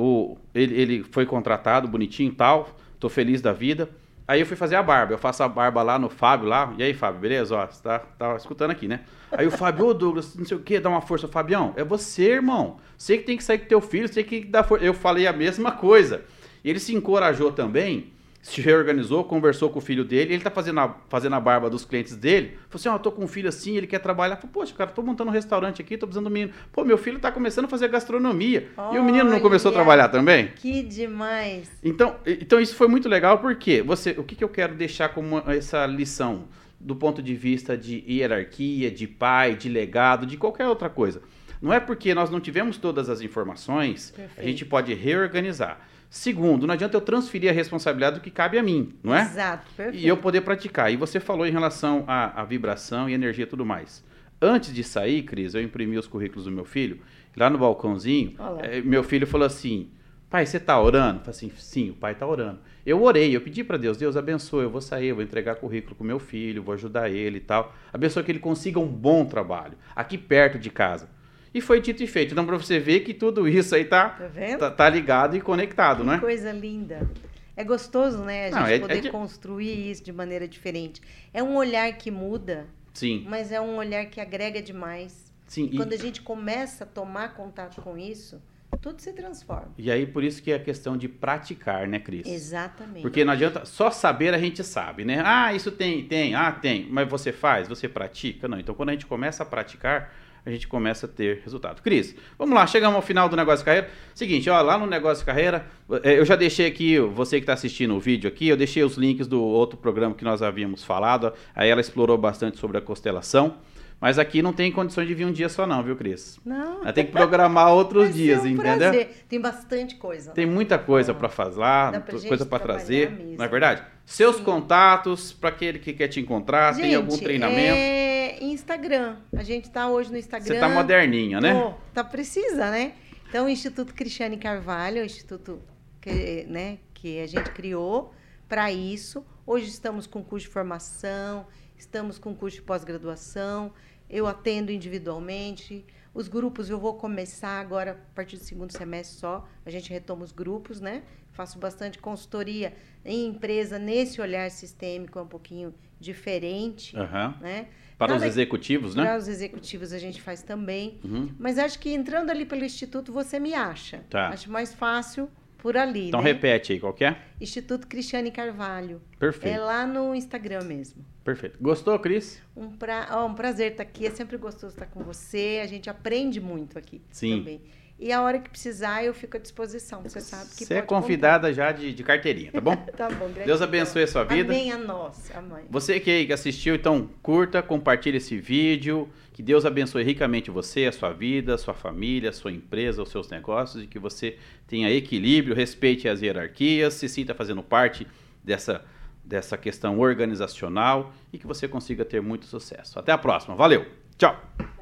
ele foi contratado, bonitinho e tal, tô feliz da vida. Aí eu fui fazer a barba, eu faço a barba lá no Fábio lá. E aí, Fábio, beleza? Ó, você tá escutando aqui, né? Aí o Fábio, ô Douglas, não sei o que, dá uma força. Fabião, é você, irmão. Você que tem que sair com teu filho, você que dá força. Eu falei a mesma coisa. E ele se encorajou também, se reorganizou, conversou com o filho dele. Ele tá fazendo a barba dos clientes dele. Falou assim, ó, eu tô com um filho assim, ele quer trabalhar. Falei, poxa, cara, tô montando um restaurante aqui, tô precisando do menino. Pô, meu filho tá começando a fazer gastronomia. E o menino não começou a trabalhar também? Que demais. Então isso foi muito legal, porque o que eu quero deixar como essa lição do ponto de vista de hierarquia, de pai, de legado, de qualquer outra coisa. Não é porque nós não tivemos todas as informações, Perfeito. A gente pode reorganizar. Segundo, não adianta eu transferir a responsabilidade do que cabe a mim, não é? Exato, perfeito. E eu poder praticar. E você falou em relação à vibração e energia e tudo mais. Antes de sair, Cris, eu imprimi os currículos do meu filho, lá no balcãozinho, meu filho falou assim, pai, você tá orando? Eu falei assim, sim, o pai tá orando. Eu orei, eu pedi para Deus, Deus abençoe, eu vou sair, eu vou entregar currículo com meu filho, vou ajudar ele e tal. Abençoe que ele consiga um bom trabalho, aqui perto de casa. E foi dito e feito. Então, para você ver que tudo isso aí tá ligado e conectado, né? Que coisa linda. É gostoso, né? A gente poder construir isso de maneira diferente. É um olhar que muda, sim, mas é um olhar que agrega demais. Sim, quando a gente começa a tomar contato com isso, tudo se transforma. E aí, por isso que é a questão de praticar, né, Cris? Exatamente. Porque não adianta só saber, a gente sabe, né? Ah, isso tem. Mas você faz, você pratica? Não. Então, quando a gente começa a praticar, a gente começa a ter resultado. Cris, vamos lá, chegamos ao final do Negócio de Carreira. Seguinte, ó, lá no Negócio de Carreira, eu já deixei aqui, você que está assistindo o vídeo aqui, eu deixei os links do outro programa que nós havíamos falado, aí ela explorou bastante sobre a constelação, mas aqui não tem condições de vir um dia só não, viu, Cris? Não. Ela tem que programar outros dias, entendeu? Prazer. Tem bastante coisa. Tem muita coisa para fazer lá, coisa para trazer, mesmo. Não é verdade? Seus contatos, para aquele que quer te encontrar, gente, tem algum treinamento? Instagram. A gente tá hoje no Instagram. Você tá moderninha, né? Precisa, né? Então, o Instituto Cristiane Carvalho, é o instituto que a gente criou para isso. Hoje estamos com curso de formação, estamos com curso de pós-graduação. Eu atendo individualmente. Os grupos eu vou começar agora, a partir do segundo semestre só. A gente retoma os grupos, né? Faço bastante consultoria em empresa nesse olhar sistêmico, é um pouquinho diferente, né? Para os executivos, né? Para os executivos a gente faz também. Mas acho que entrando ali pelo Instituto você me acha. Tá. Acho mais fácil por ali, então, né? repete aí, qual que é? Instituto Cristiane Carvalho. Perfeito. É lá no Instagram mesmo. Perfeito. Gostou, Cris? Um prazer estar aqui. É sempre gostoso estar com você. A gente aprende muito aqui. Sim. Também. E a hora que precisar, eu fico à disposição. Você sabe que você é convidada contar. Já de carteirinha, tá bom? Tá bom, gratidão. Deus abençoe a sua vida. Amém a nós, amém. Você que assistiu, então, curta, compartilhe esse vídeo. Que Deus abençoe ricamente você, a sua vida, a sua família, a sua empresa, os seus negócios. E que você tenha equilíbrio, respeite as hierarquias, se sinta fazendo parte dessa questão organizacional e que você consiga ter muito sucesso. Até a próxima. Valeu. Tchau.